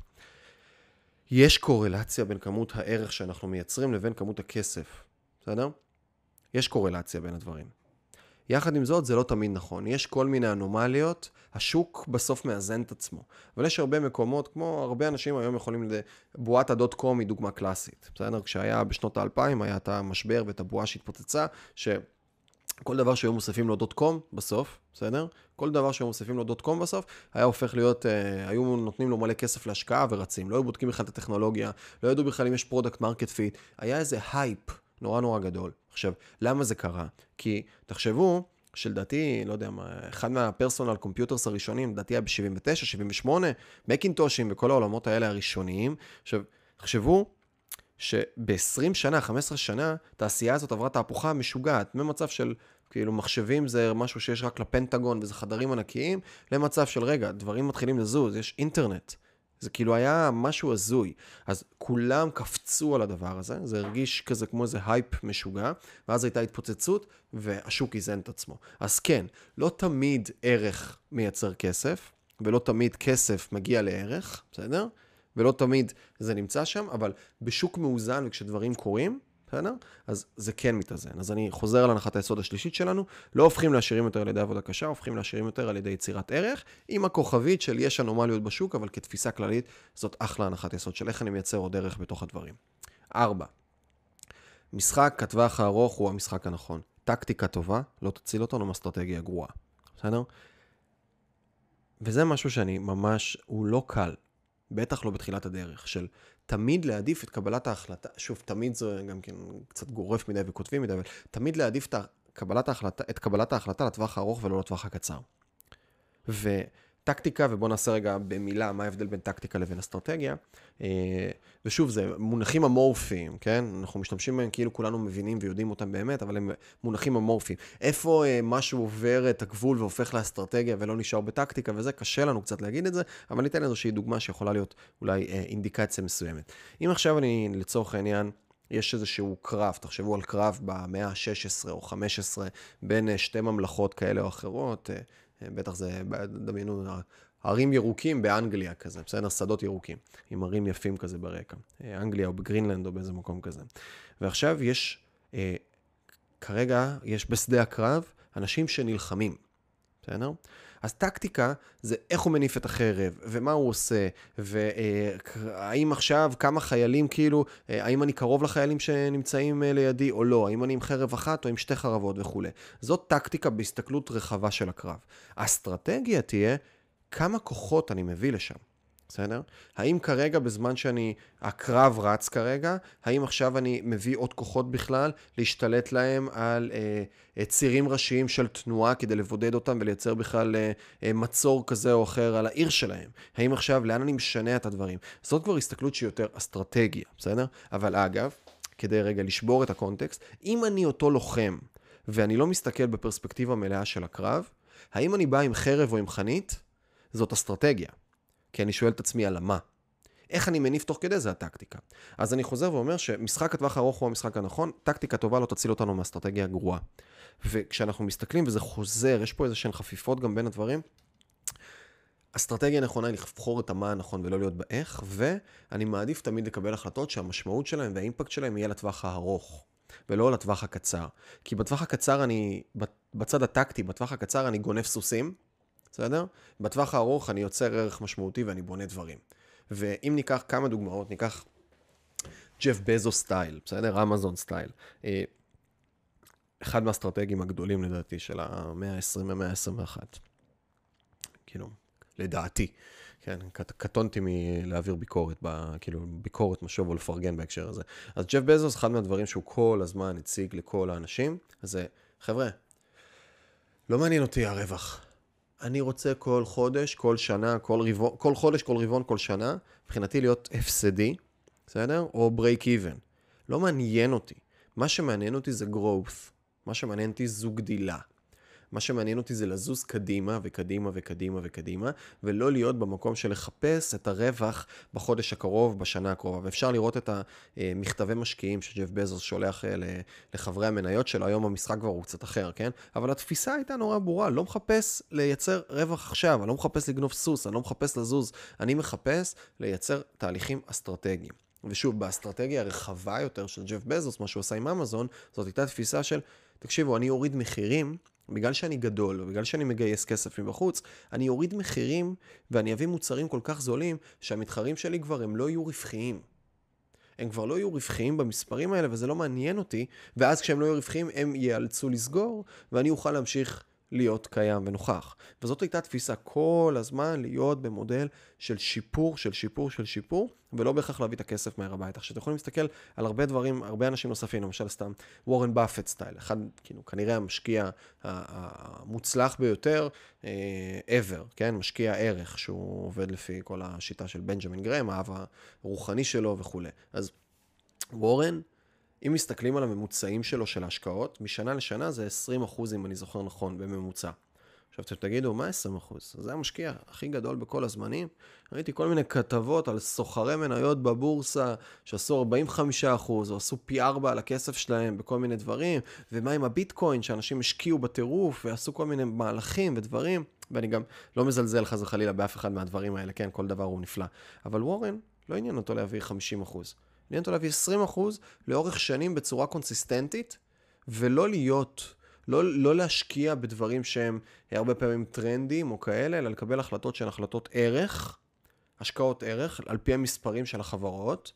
יש קורלציה בין כמות הערך שאנחנו מייצרים לבין כמות הכסף, בסדר? יש קורלציה בין הדברים. יחד עם זאת, זה לא תמיד נכון. יש כל מיני אנומליות, השוק בסוף מאזן את עצמו. אבל יש הרבה מקומות, כמו הרבה אנשים היום יכולים, בועת הדוט קום היא דוגמה קלאסית. בסדר? כשהיה בשנות האלפיים, היה את המשבר ואת הבועה שהתפוצצה, שכל דבר שהיו מוסיפים לו דוט קום בסוף, בסדר? כל דבר שהיו מוסיפים לו דוט קום בסוף, היה הופך להיות, היו נותנים לו מלא כסף להשקעה ורצים. לא היו בודקים בכלל את הטכנולוגיה, לא ידעו בכלל אם יש פרודקט מרקט פיט. היה איזה הייפ נורא נורא גדול. עכשיו, למה זה קרה? כי תחשבו שלדעתי, לא יודע מה, אחד מהפרסונל קומפיוטרס הראשונים, לדעתי היה ב-שבעים ותשע, שבעים ושמונה, מקינטושים וכל העולמות האלה הראשוניים. עכשיו, תחשבו שב-עשרים שנה, חמש עשרה שנה, התעשייה הזאת עברה תהפוכה משוגעת, ממצב של כאילו מחשבים זה משהו שיש רק לפנטגון וזה חדרים ענקיים, למצב של רגע, דברים מתחילים לזוז, יש אינטרנט. זה כאילו היה משהו הזוי. אז כולם קפצו על הדבר הזה, זה הרגיש כזה כמו איזה הייפ משוגע, ואז הייתה התפוצצות, והשוק איזן את עצמו. אז כן, לא תמיד ערך מייצר כסף, ולא תמיד כסף מגיע לערך, בסדר? ולא תמיד זה נמצא שם, אבל בשוק מאוזן וכשדברים קורים, בסדר? אז זה כן מתאזן. אז אני חוזר על הנחת היסוד השלישית שלנו, לא הופכים לעשירים יותר על ידי עבודה קשה, הופכים לעשירים יותר על ידי יצירת ערך, עם הכוכבית של יש אנומליות בשוק, אבל כתפיסה כללית, זאת אחלה הנחת יסוד של איך אני מייצר עוד ערך בתוך הדברים. ארבע. משחק הטווח הארוך הוא המשחק הנכון. טקטיקה טובה, לא תציל אותנו מאסטרטגיה גרועה. בסדר? וזה משהו שאני ממש, הוא לא קל. בטח לא בתחילת הדרך, של תמיד להעדיף את קבלת ההחלטה, שוב, תמיד זה גם כן קצת גורף מדי וכותבים מדי, אבל תמיד להעדיף את קבלת ההחלטה, את קבלת ההחלטה לטווח הארוך ולא לטווח הקצר. וטקטיקה, ובוא נעשה רגע במילה מה ההבדל בין טקטיקה לבין אסטרטגיה, ושוב, זה מונחים אמורפיים, כן? אנחנו משתמשים בהם כאילו כולנו מבינים ויודעים אותם באמת, אבל הם מונחים אמורפיים. איפה משהו עובר את הגבול והופך לאסטרטגיה ולא נשאר בטקטיקה, וזה קשה לנו קצת להגיד את זה, אבל ניתן איזושהי דוגמה שיכולה להיות אולי אינדיקציה מסוימת. אם עכשיו אני, לצורך העניין, יש איזשהו קרב, תחשבו על קרב במאה ה-שש עשרה או חמש עשרה, בין שתי ממלכות כאלה או אחרות, בטח זה, דמיינו, ערים ירוקים באנגליה כזה, בסדר? שדות ירוקים, עם ערים יפים כזה ברקע. אנגליה או בגרינלנד או באיזה מקום כזה. ועכשיו יש, אה, כרגע יש בשדה הקרב אנשים שנלחמים, בסדר? אז טקטיקה זה איך הוא מניף את החרב, ומה הוא עושה, והאם עכשיו כמה חיילים כאילו, האם אני קרוב לחיילים שנמצאים לידי או לא, האם אני עם חרב אחת או עם שתי חרבות וכו'. זאת טקטיקה בהסתכלות רחבה של הקרב. האסטרטגיה תהיה כמה כוחות אני מביא לשם. בסדר? האם כרגע בזמן שאני, הקרב רץ כרגע, האם עכשיו אני מביא עוד כוחות בכלל, להשתלט להם על אה, צירים ראשיים של תנועה כדי לבודד אותם ולייצר בכלל אה, אה, מצור כזה או אחר על העיר שלהם? האם עכשיו, לאן אני משנה את הדברים? זאת כבר הסתכלות שהיא יותר אסטרטגיה, בסדר? אבל אגב, כדי רגע לשבור את הקונטקסט, אם אני אותו לוחם, ואני לא מסתכל בפרספקטיבה מלאה של הקרב, האם אני בא עם חרב או עם חנית? זאת אסטרטגיה. כי אני שואל את עצמי על מה. איך אני מניף תוך כדי זה הטקטיקה. אז אני חוזר ואומר שמשחק הטווח הארוך הוא המשחק הנכון, טקטיקה טובה לא תציל אותנו מהאסטרטגיה הגרועה. וכשאנחנו מסתכלים וזה חוזר, יש פה איזה שהן חפיפות גם בין הדברים, אסטרטגיה נכונה היא לבחור את המה הנכון ולא להיות באיך, ואני מעדיף תמיד לקבל החלטות שהמשמעות שלהם והאימפקט שלהם יהיה לטווח הארוך, ולא לטווח הקצר. כי בטווח הקצר אני, בצד הטקטי, בטווח הקצר אני גונב סוסים, בסדר? בטווח הארוך אני יוצר ערך משמעותי ואני בונה דברים. ואם ניקח כמה דוגמאות, ניקח ג'ף בזוס סטייל, בסדר? אמזון סטייל. אחד מהאסטרטגיים הגדולים לדעתי של המאה ה-עשרים והמאה ה-עשרים ואחת. כאילו, לדעתי. כן, קטונתי מלהעביר ביקורת, כאילו ביקורת משוב או לפרגן בהקשר הזה. אז ג'ף בזוס, אחד מהדברים שהוא כל הזמן הציג לכל האנשים, אז זה, חבר'ה, לא מעניין אותי הרווח. אני רוצה כל חודש, כל שנה, כל רבעון, כל חודש, כל רבעון, כל שנה, מבחינתי להיות הפסדי, בסדר? או break even. לא מעניין אותי. מה שמעניין אותי זה growth. מה שמעניין אותי זו גדילה. מה שמעניין אותי זה לזוז קדימה וקדימה וקדימה וקדימה, ולא להיות במקום של לחפש את הרווח בחודש הקרוב, בשנה הקרובה. ואפשר לראות את המכתבי משקיעים שג'ף בזוס שולח לחברי המניות שלו, היום המשחק כבר הוא קצת אחר, כן? אבל התפיסה הייתה נורא ברורה, לא מחפש לייצר רווח עכשיו, אני לא מחפש לגנוב סוס, אני לא מחפש לזוז, אני מחפש לייצר תהליכים אסטרטגיים. ושוב, באסטרטגיה הרחבה יותר של ג'ף בזוס, מה שהוא עשה עם אמזון, זאת הייתה תפיסה של, תקשיבו, אני אוריד מחירים, בגלל שאני גדול, ובגלל שאני מגייס כסף מבחוץ, אני אוריד מחירים, ואני אביא מוצרים כל כך זולים, שהמתחרים שלי כבר הם לא יהיו רווחיים. הם כבר לא יהיו רווחיים במספרים האלה, וזה לא מעניין אותי, ואז כשהם לא יהיו רווחיים, הם ייאלצו לסגור, ואני אוכל להמשיך להיות קיים ונוכח. וזאת הייתה תפיסה כל הזמן להיות במודל של שיפור, של שיפור, של שיפור, ולא בהכרח להביא את הכסף מהר הביתה. עכשיו, אתם יכולים להסתכל על הרבה דברים, הרבה אנשים נוספים, למשל סתם וורן באפט סטייל, אחד, כאילו, כנראה המשקיע המוצלח ביותר, ever, כן? משקיע ערך, שהוא עובד לפי כל השיטה של בנג'מין גרהם, האב הרוחני שלו וכו'. אז וורן, אם מסתכלים על הממוצעים שלו של ההשקעות, משנה לשנה זה עשרים אחוז, אם אני זוכר נכון, בממוצע. עכשיו אתם תגידו, מה עשרים אחוז? זה המשקיע הכי גדול בכל הזמנים. ראיתי כל מיני כתבות על סוחרי מניות בבורסה, שעשו ארבעים וחמישה אחוז, או עשו פי ארבע על הכסף שלהם בכל מיני דברים, ומה עם הביטקוין, שאנשים השקיעו בטירוף, ועשו כל מיני מהלכים ודברים, ואני גם לא מזלזל חס וחלילה באף אחד מהדברים האלה, כן, כל דבר הוא נפלא. אבל וורן לא עניין אותו להביא חמישים אחוז. עניין אותו להביא עשרים אחוז לאורך שנים בצורה קונסיסטנטית, ולא להיות, לא, לא להשקיע בדברים שהם הרבה פעמים טרנדים או כאלה, אלא לקבל החלטות שהן החלטות ערך, השקעות ערך, על פי המספרים של החברות,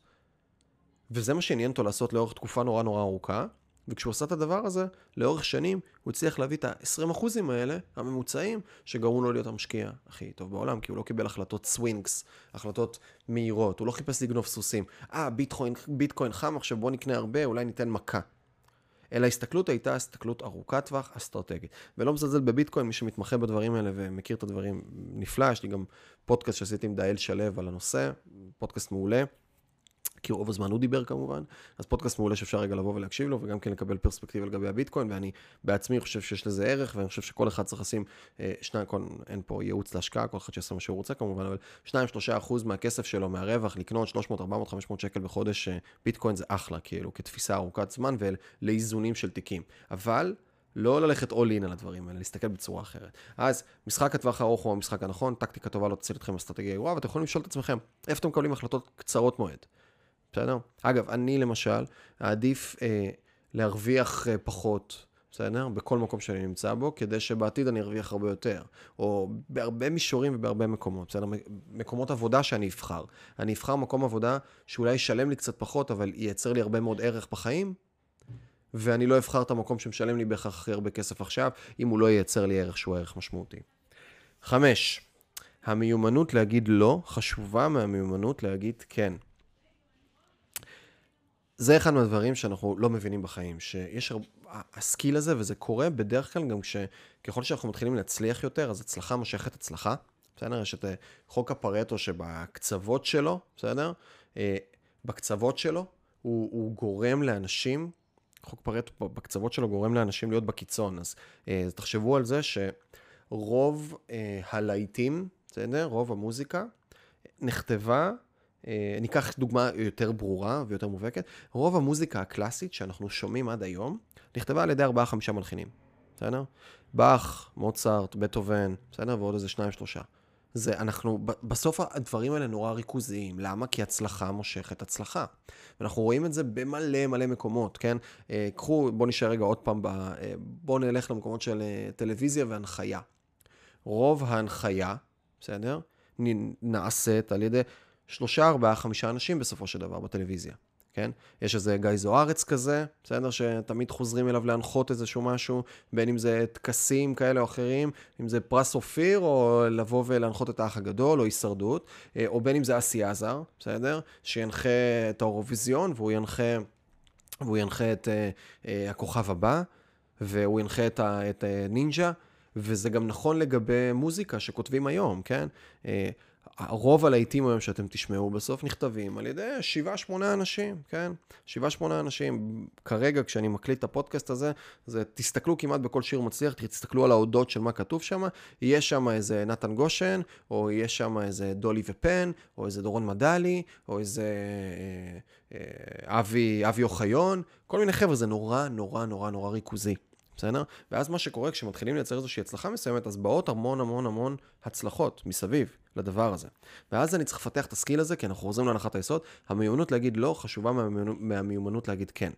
וזה מה שעניין אותו לעשות לאורך תקופה נורא נורא ארוכה, וכשהוא עשה את הדבר הזה, לאורך שנים, הוא הצליח להביא את ה-עשרים אחוז האלה, הממוצעים, שגרמו לו להיות המשקיע הכי טוב בעולם, כי הוא לא קיבל החלטות סווינגס, החלטות מהירות, הוא לא חיפש לגנוב סוסים. אה, ביטקוין, ביטקוין חם, עכשיו בוא נקנה הרבה, אולי ניתן מכה. אלא ההסתכלות הייתה הסתכלות ארוכת טווח, אסטרטגית. ולא מזלזל בביטקוין, מי שמתמחה בדברים האלה ומכיר את הדברים נפלא, יש לי גם פודקאסט שעשיתי עם דאל שלו על הנושא, פודקאסט מעולה. כי רוב הזמן הוא דיבר כמובן, אז פודקאסט מעולה שאפשר רגע לבוא ולהקשיב לו, וגם כן לקבל פרספקטיבה לגבי הביטקוין, ואני בעצמי חושב שיש לזה ערך, ואני חושב שכל אחד צריך לשים, שניים, אין פה ייעוץ להשקעה, כל אחד שיעשה מה שהוא רוצה כמובן, אבל שניים עד שלושה אחוז מהכסף שלו, מהרווח, לקנות שלוש מאות, ארבע מאות, חמש מאות שקל בחודש, ביטקוין זה אחלה, כאילו, כתפיסה ארוכת זמן, ולאיזונים של תיקים. אבל לא ללכת all in על הדברים האלה, להסתכל בצורה אחרת. אז משחק הטווח הארוך הוא המשחק הנכון, טקטיקה טובה לא תציל אתכם אסטרטגיה גרועה, ואתם יכולים לשאול את עצמכם, איפה אתם מקבלים החלטות קצרות מועד? בסדר? אגב, אני למשל, עדיף אה, להרוויח אה, פחות, בסדר? בכל מקום שאני נמצא בו, כדי שבעתיד אני ארוויח הרבה יותר. או בהרבה מישורים ובהרבה מקומות, בסדר? מקומות עבודה שאני אבחר. אני אבחר מקום עבודה שאולי ישלם לי קצת פחות, אבל ייצר לי הרבה מאוד ערך בחיים, ואני לא אבחר את המקום שמשלם לי בהכרח הרבה כסף עכשיו, אם הוא לא ייצר לי ערך שהוא ערך משמעותי. חמש, המיומנות להגיד לא חשובה מהמיומנות להגיד כן. זה אחד מהדברים שאנחנו לא מבינים בחיים, שיש הסקיל הזה, וזה קורה בדרך כלל גם ככל שאנחנו מתחילים להצליח יותר, אז הצלחה מושכת הצלחה, בסדר? יש את חוק הפרטו שבקצוות שלו, בסדר? בקצוות שלו, הוא, הוא גורם לאנשים, חוק פרטו בקצוות שלו גורם לאנשים להיות בקיצון, אז תחשבו על זה ש... רוב אה, הלהיטים, בסדר? רוב המוזיקה נכתבה, אה, ניקח דוגמה יותר ברורה ויותר מובהקת, רוב המוזיקה הקלאסית שאנחנו שומעים עד היום, נכתבה על ידי ארבעה חמישה מלחינים, בסדר? באך, מוצרט, בטהובן, בסדר? ועוד איזה שניים שלושה. זה, אנחנו, בסוף הדברים האלה נורא ריכוזיים. למה? כי הצלחה מושכת הצלחה. ואנחנו רואים את זה במלא מלא מקומות, כן? אה, קחו, בוא נשאר רגע עוד פעם, ב, אה, בוא נלך למקומות של אה, טלוויזיה והנחיה. רוב ההנחיה, בסדר? נעשית על ידי שלושה, ארבעה, חמישה אנשים בסופו של דבר בטלוויזיה. כן? יש איזה גיא זוארץ כזה, בסדר? שתמיד חוזרים אליו להנחות איזשהו משהו, בין אם זה תקסים כאלה או אחרים, אם זה פרס אופיר, או לבוא ולהנחות את האח הגדול, או הישרדות, או בין אם זה אסי עזר, בסדר? שינחה את האירוויזיון, והוא ינחה, והוא ינחה את uh, uh, הכוכב הבא, והוא ינחה את, ה, את uh, נינג'ה, וזה גם נכון לגבי מוזיקה שכותבים היום, כן? Uh, הרוב הלהיטים היום שאתם תשמעו בסוף נכתבים על ידי שבעה שמונה אנשים, כן? שבעה שמונה אנשים. כרגע כשאני מקליט את הפודקאסט הזה, זה תסתכלו כמעט בכל שיר מצליח, תסתכלו על ההודות של מה כתוב שם, יהיה שם איזה נתן גושן, או יהיה שם איזה דולי ופן, או איזה דורון מדלי, או איזה אה, אה, אבי, אבי אוחיון, כל מיני חבר'ה, זה נורא נורא נורא נורא ריכוזי. בסדר? ואז מה שקורה כשמתחילים לייצר איזושהי הצלחה מסוימת, אז באות המון המון המון הצלחות מסביב לדבר הזה. ואז אני צריך לפתח את הסקיל הזה, כי אנחנו חוזרים להנחת היסוד, המיומנות להגיד לא חשובה מהמיומנות להגיד כן.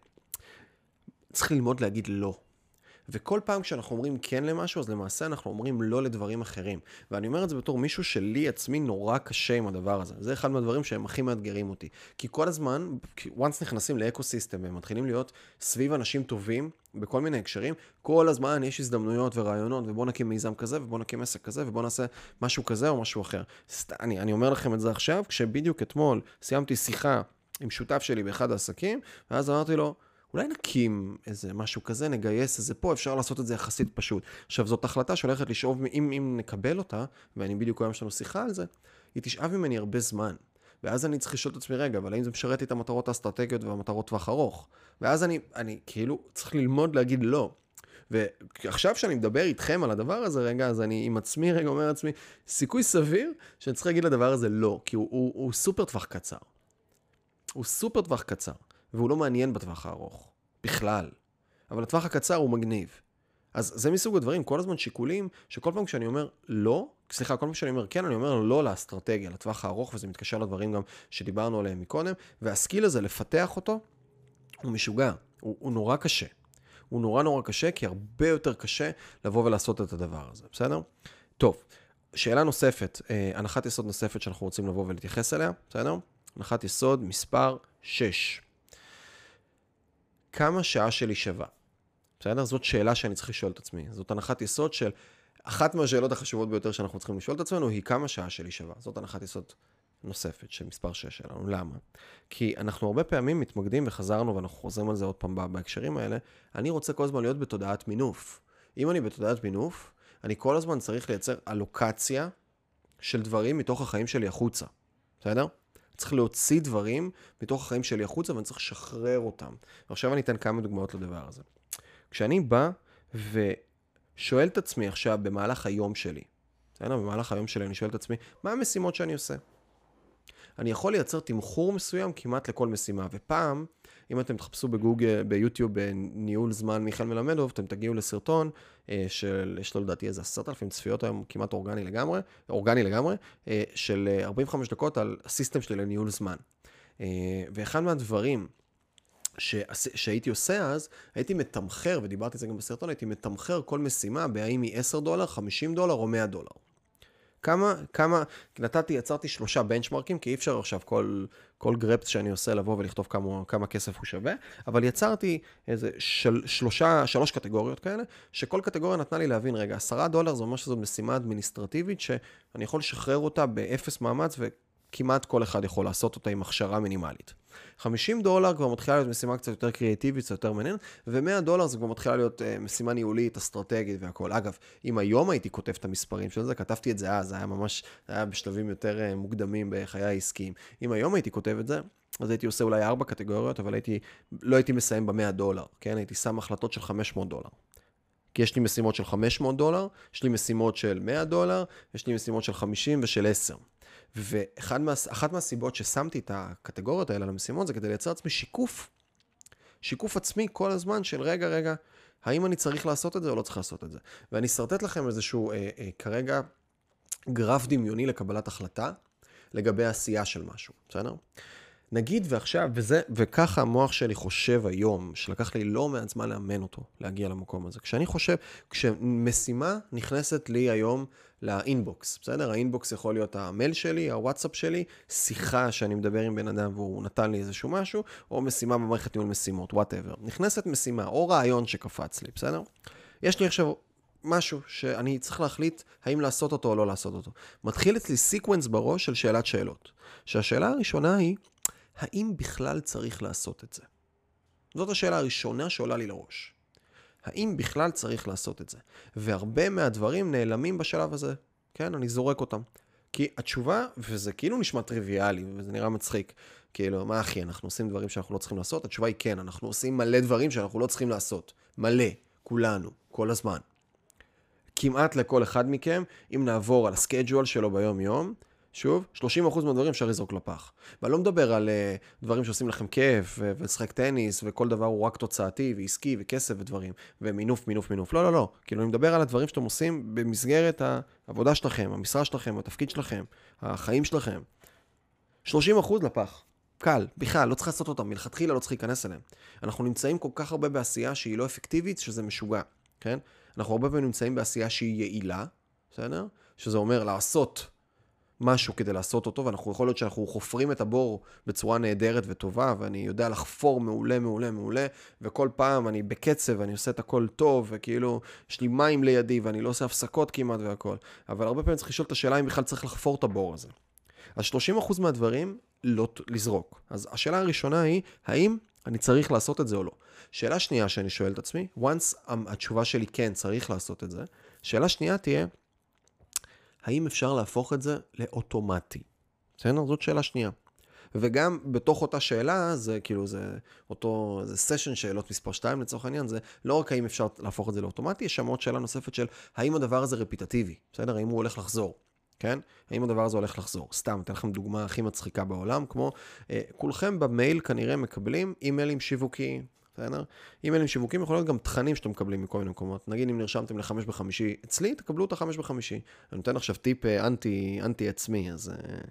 צריך ללמוד להגיד לא. וכל פעם כשאנחנו אומרים כן למשהו, אז למעשה אנחנו אומרים לא לדברים אחרים. ואני אומר את זה בתור מישהו שלי עצמי נורא קשה עם הדבר הזה. זה אחד מהדברים שהם הכי מאתגרים אותי. כי כל הזמן, once נכנסים לאקוסיסטם, והם מתחילים להיות סביב אנשים טובים, בכל מיני הקשרים, כל הזמן יש הזדמנויות ורעיונות, ובוא נקים מיזם כזה, ובוא נקים עסק כזה, ובוא נעשה משהו כזה או משהו אחר. אני, אני אומר לכם את זה עכשיו, כשבדיוק אתמול סיימתי שיחה עם שותף שלי באחד העסקים, ואז אמרתי לו, אולי נקים איזה משהו כזה, נגייס איזה פה, אפשר לעשות את זה יחסית פשוט. עכשיו, זאת החלטה שהולכת לשאוב, אם, אם נקבל אותה, ואני בדיוק היום שלנו שיחה על זה, היא תשאב ממני הרבה זמן. ואז אני צריך לשאול את עצמי רגע, אבל האם זה משרת לי את המטרות האסטרטגיות והמטרות טווח ארוך? ואז אני, אני כאילו צריך ללמוד להגיד לא. ועכשיו שאני מדבר איתכם על הדבר הזה רגע, אז אני עם עצמי רגע אומר לעצמי, סיכוי סביר שאני צריך להגיד לדבר הזה לא, כי הוא, הוא, הוא סופר טווח קצר. הוא סופר טווח קצר. והוא לא מעניין בטווח הארוך, בכלל. אבל הטווח הקצר הוא מגניב. אז זה מסוג הדברים, כל הזמן שיקולים, שכל פעם כשאני אומר לא, סליחה, כל פעם כשאני אומר כן, אני אומר לא לאסטרטגיה, לטווח הארוך, וזה מתקשר לדברים גם שדיברנו עליהם מקודם, והסקיל הזה, לפתח אותו, הוא משוגע, הוא, הוא נורא קשה. הוא נורא נורא קשה, כי הרבה יותר קשה לבוא ולעשות את הדבר הזה, בסדר? טוב, שאלה נוספת, הנחת יסוד נוספת שאנחנו רוצים לבוא ולהתייחס אליה, בסדר? הנחת יסוד מספר שש. כמה שעה שלי שווה? בסדר? זאת שאלה שאני צריך לשאול את עצמי. זאת הנחת יסוד של, אחת מהשאלות החשובות ביותר שאנחנו צריכים לשאול את עצמנו, היא כמה שעה שלי שווה. זאת הנחת יסוד נוספת של מספר שש שלנו. למה? כי אנחנו הרבה פעמים מתמקדים וחזרנו, ואנחנו חוזרים על זה עוד פעם בהקשרים האלה, אני רוצה כל הזמן להיות בתודעת מינוף. אם אני בתודעת מינוף, אני כל הזמן צריך לייצר אלוקציה של דברים מתוך החיים שלי החוצה. בסדר? צריך להוציא דברים מתוך החיים שלי החוצה, ואני צריך לשחרר אותם. ועכשיו אני אתן כמה דוגמאות לדבר הזה. כשאני בא ושואל את עצמי עכשיו במהלך היום שלי, במהלך היום שלי אני שואל את עצמי, מה המשימות שאני עושה? אני יכול לייצר תמחור מסוים כמעט לכל משימה, ופעם, אם אתם תחפשו בגוגל, ביוטיוב, בניהול זמן מיכל מלמדוב, אתם תגיעו לסרטון של, יש לו לדעתי איזה עשרת אלפים צפיות היום, כמעט אורגני לגמרי, אורגני לגמרי, של ארבעים וחמש דקות על הסיסטם שלי לניהול זמן. ואחד מהדברים ש... שהייתי עושה אז, הייתי מתמחר, ודיברתי על זה גם בסרטון, הייתי מתמחר כל משימה, בהאם היא עשרה דולר, חמישים דולר או מאה דולר. כמה, כמה, נתתי, יצרתי שלושה בנצ'מרקים, כי אי אפשר עכשיו כל, כל גרפס שאני עושה לבוא ולכתוב כמה, כמה כסף הוא שווה, אבל יצרתי איזה של, שלושה, שלוש קטגוריות כאלה, שכל קטגוריה נתנה לי להבין, רגע, עשרה דולר, זה ממש שזאת משימה אדמיניסטרטיבית, שאני יכול לשחרר אותה באפס מאמץ, וכמעט כל אחד יכול לעשות אותה עם הכשרה מינימלית. חמישים דולר כבר מתחילה להיות משימה קצת יותר קריאטיבית, קצת יותר מעניין, ו-מאה דולר זה כבר מתחילה להיות uh, משימה ניהולית, אסטרטגית והכל. אגב, אם היום הייתי כותב את המספרים של זה, כתבתי את זה אז, זה היה ממש, זה היה בשלבים יותר uh, מוקדמים בחיי העסקיים. אם היום הייתי כותב את זה, אז הייתי עושה אולי ארבע קטגוריות, אבל הייתי, לא הייתי מסיים ב-מאה דולר, כן? הייתי שם החלטות של חמש מאות דולר. כי יש לי משימות של חמש מאות דולר, יש לי משימות של מאה דולר, יש לי משימות של חמישים ושל עשר. ואחת מה, מהסיבות ששמתי את הקטגוריות האלה למשימות זה כדי לייצר עצמי שיקוף. שיקוף עצמי כל הזמן של רגע, רגע, האם אני צריך לעשות את זה או לא צריך לעשות את זה. ואני אסרטט לכם איזשהו אה, אה, כרגע גרף דמיוני לקבלת החלטה לגבי העשייה של משהו, בסדר? נגיד ועכשיו, וזה, וככה המוח שלי חושב היום, שלקח לי לא מעט זמן לאמן אותו, להגיע למקום הזה. כשאני חושב, כשמשימה נכנסת לי היום לאינבוקס, בסדר? האינבוקס יכול להיות המייל שלי, הוואטסאפ שלי, שיחה שאני מדבר עם בן אדם והוא נתן לי איזשהו משהו, או משימה במערכת ניהול משימות, whatever. נכנסת משימה, או רעיון שקפץ לי, בסדר? יש לי עכשיו משהו שאני צריך להחליט האם לעשות אותו או לא לעשות אותו. מתחיל אצלי סיקוונס בראש של שאלת שאלות. שהשאלה הראשונה היא, האם בכלל צריך לעשות את זה? זאת השאלה הראשונה שעולה לי לראש. האם בכלל צריך לעשות את זה? והרבה מהדברים נעלמים בשלב הזה. כן, אני זורק אותם. כי התשובה, וזה כאילו נשמע טריוויאלי, וזה נראה מצחיק, כאילו, מה אחי, אנחנו עושים דברים שאנחנו לא צריכים לעשות? התשובה היא כן, אנחנו עושים מלא דברים שאנחנו לא צריכים לעשות. מלא, כולנו, כל הזמן. כמעט לכל אחד מכם, אם נעבור על הסקייג'ואל שלו ביום יום, שוב, שלושים אחוז מהדברים אפשר לזרוק לפח. ואני לא מדבר על uh, דברים שעושים לכם כיף, ו- ולשחק טניס, וכל דבר הוא רק תוצאתי, ועסקי, וכסף ודברים, ומינוף, מינוף, מינוף. לא, לא, לא. כאילו, אני מדבר על הדברים שאתם עושים במסגרת העבודה שלכם, המשרה שלכם, התפקיד שלכם, החיים שלכם. שלושים אחוז לפח. קל, בכלל, לא צריך לעשות אותם, מלכתחילה לא צריך להיכנס אליהם. אנחנו נמצאים כל כך הרבה בעשייה שהיא לא אפקטיבית, שזה משוגע, כן? אנחנו הרבה פעמים נמצאים בעשייה שהיא יעילה, בסדר? שזה אומר לעשות משהו כדי לעשות אותו, ואנחנו יכול להיות שאנחנו חופרים את הבור בצורה נהדרת וטובה, ואני יודע לחפור מעולה, מעולה, מעולה, וכל פעם אני בקצב, ואני עושה את הכל טוב, וכאילו יש לי מים לידי, ואני לא עושה הפסקות כמעט והכל. אבל הרבה פעמים צריך לשאול את השאלה אם בכלל צריך לחפור את הבור הזה. אז שלושים אחוז מהדברים לא לזרוק. אז השאלה הראשונה היא, האם אני צריך לעשות את זה או לא? שאלה שנייה שאני שואל את עצמי, once התשובה שלי כן, צריך לעשות את זה, שאלה שנייה תהיה, האם אפשר להפוך את זה לאוטומטי? בסדר? זאת שאלה שנייה. וגם בתוך אותה שאלה, זה כאילו, זה אותו, זה סשן שאלות מספר שתיים לצורך העניין, זה לא רק האם אפשר להפוך את זה לאוטומטי, יש שם עוד שאלה נוספת של, האם הדבר הזה רפיטטיבי? בסדר? האם הוא הולך לחזור? כן? האם הדבר הזה הולך לחזור? סתם, אתן לכם דוגמה הכי מצחיקה בעולם, כמו, אה, כולכם במייל כנראה מקבלים אימיילים שיווקיים, בסדר? אימיילים שיווקים יכול להיות גם תכנים שאתם מקבלים מכל מיני מקומות. נגיד אם נרשמתם לחמש בחמישי אצלי, תקבלו את החמש בחמישי. אני נותן עכשיו טיפ אנטי, אנטי עצמי, אז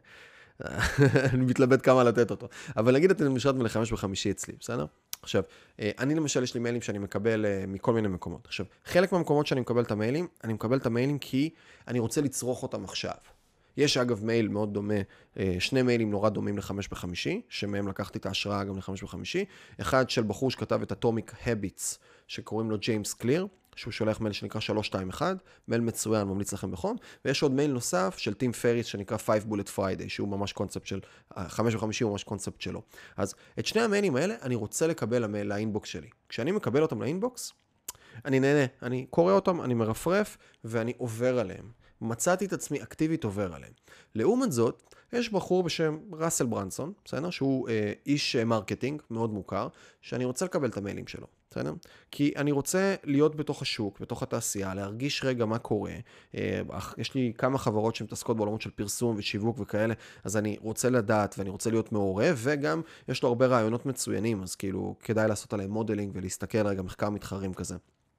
אני מתלבט כמה לתת אותו. אבל נגיד אתם נרשמתם לחמש בחמישי אצלי, בסדר? עכשיו, אני למשל יש לי מיילים שאני מקבל מכל מיני מקומות. עכשיו, חלק מהמקומות שאני מקבל את המיילים, אני מקבל את המיילים כי אני רוצה לצרוך אותם עכשיו. יש אגב מייל מאוד דומה, שני מיילים נורא דומים לחמש בחמישי, שמהם לקחתי את ההשראה גם לחמש בחמישי. אחד של בחור שכתב את Atomic Habits, שקוראים לו ג'יימס קליר, שהוא שולח מייל שנקרא שלוש שתיים אחת, מייל מצוין, ממליץ לכם בחום. ויש עוד מייל נוסף של טים פריס, שנקרא five bullet friday, שהוא ממש קונספט של, חמש בחמישי הוא ממש קונספט שלו. אז את שני המיילים האלה אני רוצה לקבל למייל, לאינבוקס שלי. כשאני מקבל אותם לאינבוקס, אני נהנה, אני קורא אותם, אני מרפרף, ואני עובר עליהם. מצאתי את עצמי אקטיבית עובר עליהם. לעומת זאת, יש בחור בשם ראסל ברנסון, בסדר? שהוא אה, איש מרקטינג מאוד מוכר, שאני רוצה לקבל את המיילים שלו, בסדר? כי אני רוצה להיות בתוך השוק, בתוך התעשייה, להרגיש רגע מה קורה. אה, יש לי כמה חברות שמתעסקות בעולמות של פרסום ושיווק וכאלה, אז אני רוצה לדעת ואני רוצה להיות מעורב, וגם יש לו הרבה רעיונות מצוינים, אז כאילו כדאי לעשות עליהם מודלינג ולהסתכל רגע מחקר מתחרים כזה.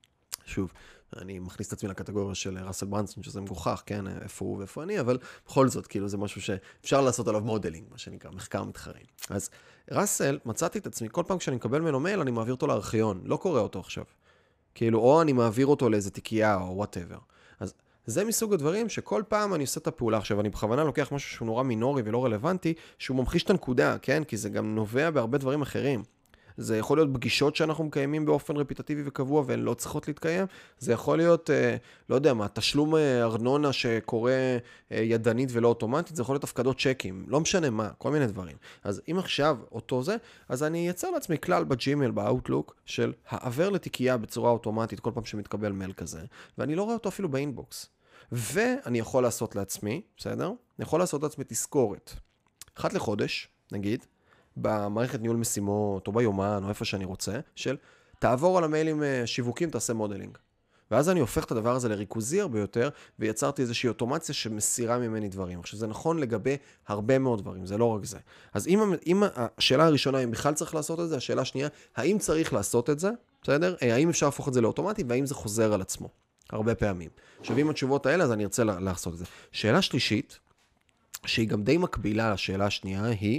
שוב, אני מכניס את עצמי לקטגוריה של ראסל ברנסון, שזה מגוחך, כן, איפה הוא ואיפה אני, אבל בכל זאת, כאילו, זה משהו שאפשר לעשות עליו מודלינג, מה שנקרא, מחקר מתחרים. אז ראסל, מצאתי את עצמי, כל פעם כשאני מקבל ממנו מייל, אני מעביר אותו לארכיון, לא קורא אותו עכשיו. כאילו, או אני מעביר אותו לאיזה תיקייה, או whatever. אז זה מסוג הדברים שכל פעם אני עושה את הפעולה. עכשיו, אני בכוונה לוקח משהו שהוא נורא מינורי ולא רלוונטי, שהוא ממחיש את הנקודה, כן? כי זה גם נובע בהרבה דברים אחרים. זה יכול להיות פגישות שאנחנו מקיימים באופן רפיטטיבי וקבוע והן לא צריכות להתקיים. זה יכול להיות, לא יודע מה, תשלום ארנונה שקורה ידנית ולא אוטומטית, זה יכול להיות הפקדות צ'קים, לא משנה מה, כל מיני דברים. אז אם עכשיו אותו זה, אז אני אייצר לעצמי כלל בג'ימייל, באוטלוק, של העבר לתיקייה בצורה אוטומטית כל פעם שמתקבל מייל כזה, ואני לא רואה אותו אפילו באינבוקס. ואני יכול לעשות לעצמי, בסדר? אני יכול לעשות לעצמי תזכורת. אחת לחודש, נגיד, במערכת ניהול משימות, או ביומן, או איפה שאני רוצה, של תעבור על המיילים שיווקים, תעשה מודלינג. ואז אני הופך את הדבר הזה לריכוזי הרבה יותר, ויצרתי איזושהי אוטומציה שמסירה ממני דברים. עכשיו, זה נכון לגבי הרבה מאוד דברים, זה לא רק זה. אז אם, אם השאלה הראשונה, אם בכלל צריך לעשות את זה, השאלה השנייה, האם צריך לעשות את זה, בסדר? האם אפשר להפוך את זה לאוטומטי, והאם זה חוזר על עצמו? הרבה פעמים. עכשיו, אם התשובות האלה, אז אני ארצה לעשות את זה. שאלה שלישית, שהיא גם די מקבילה לשאלה השנייה, היא,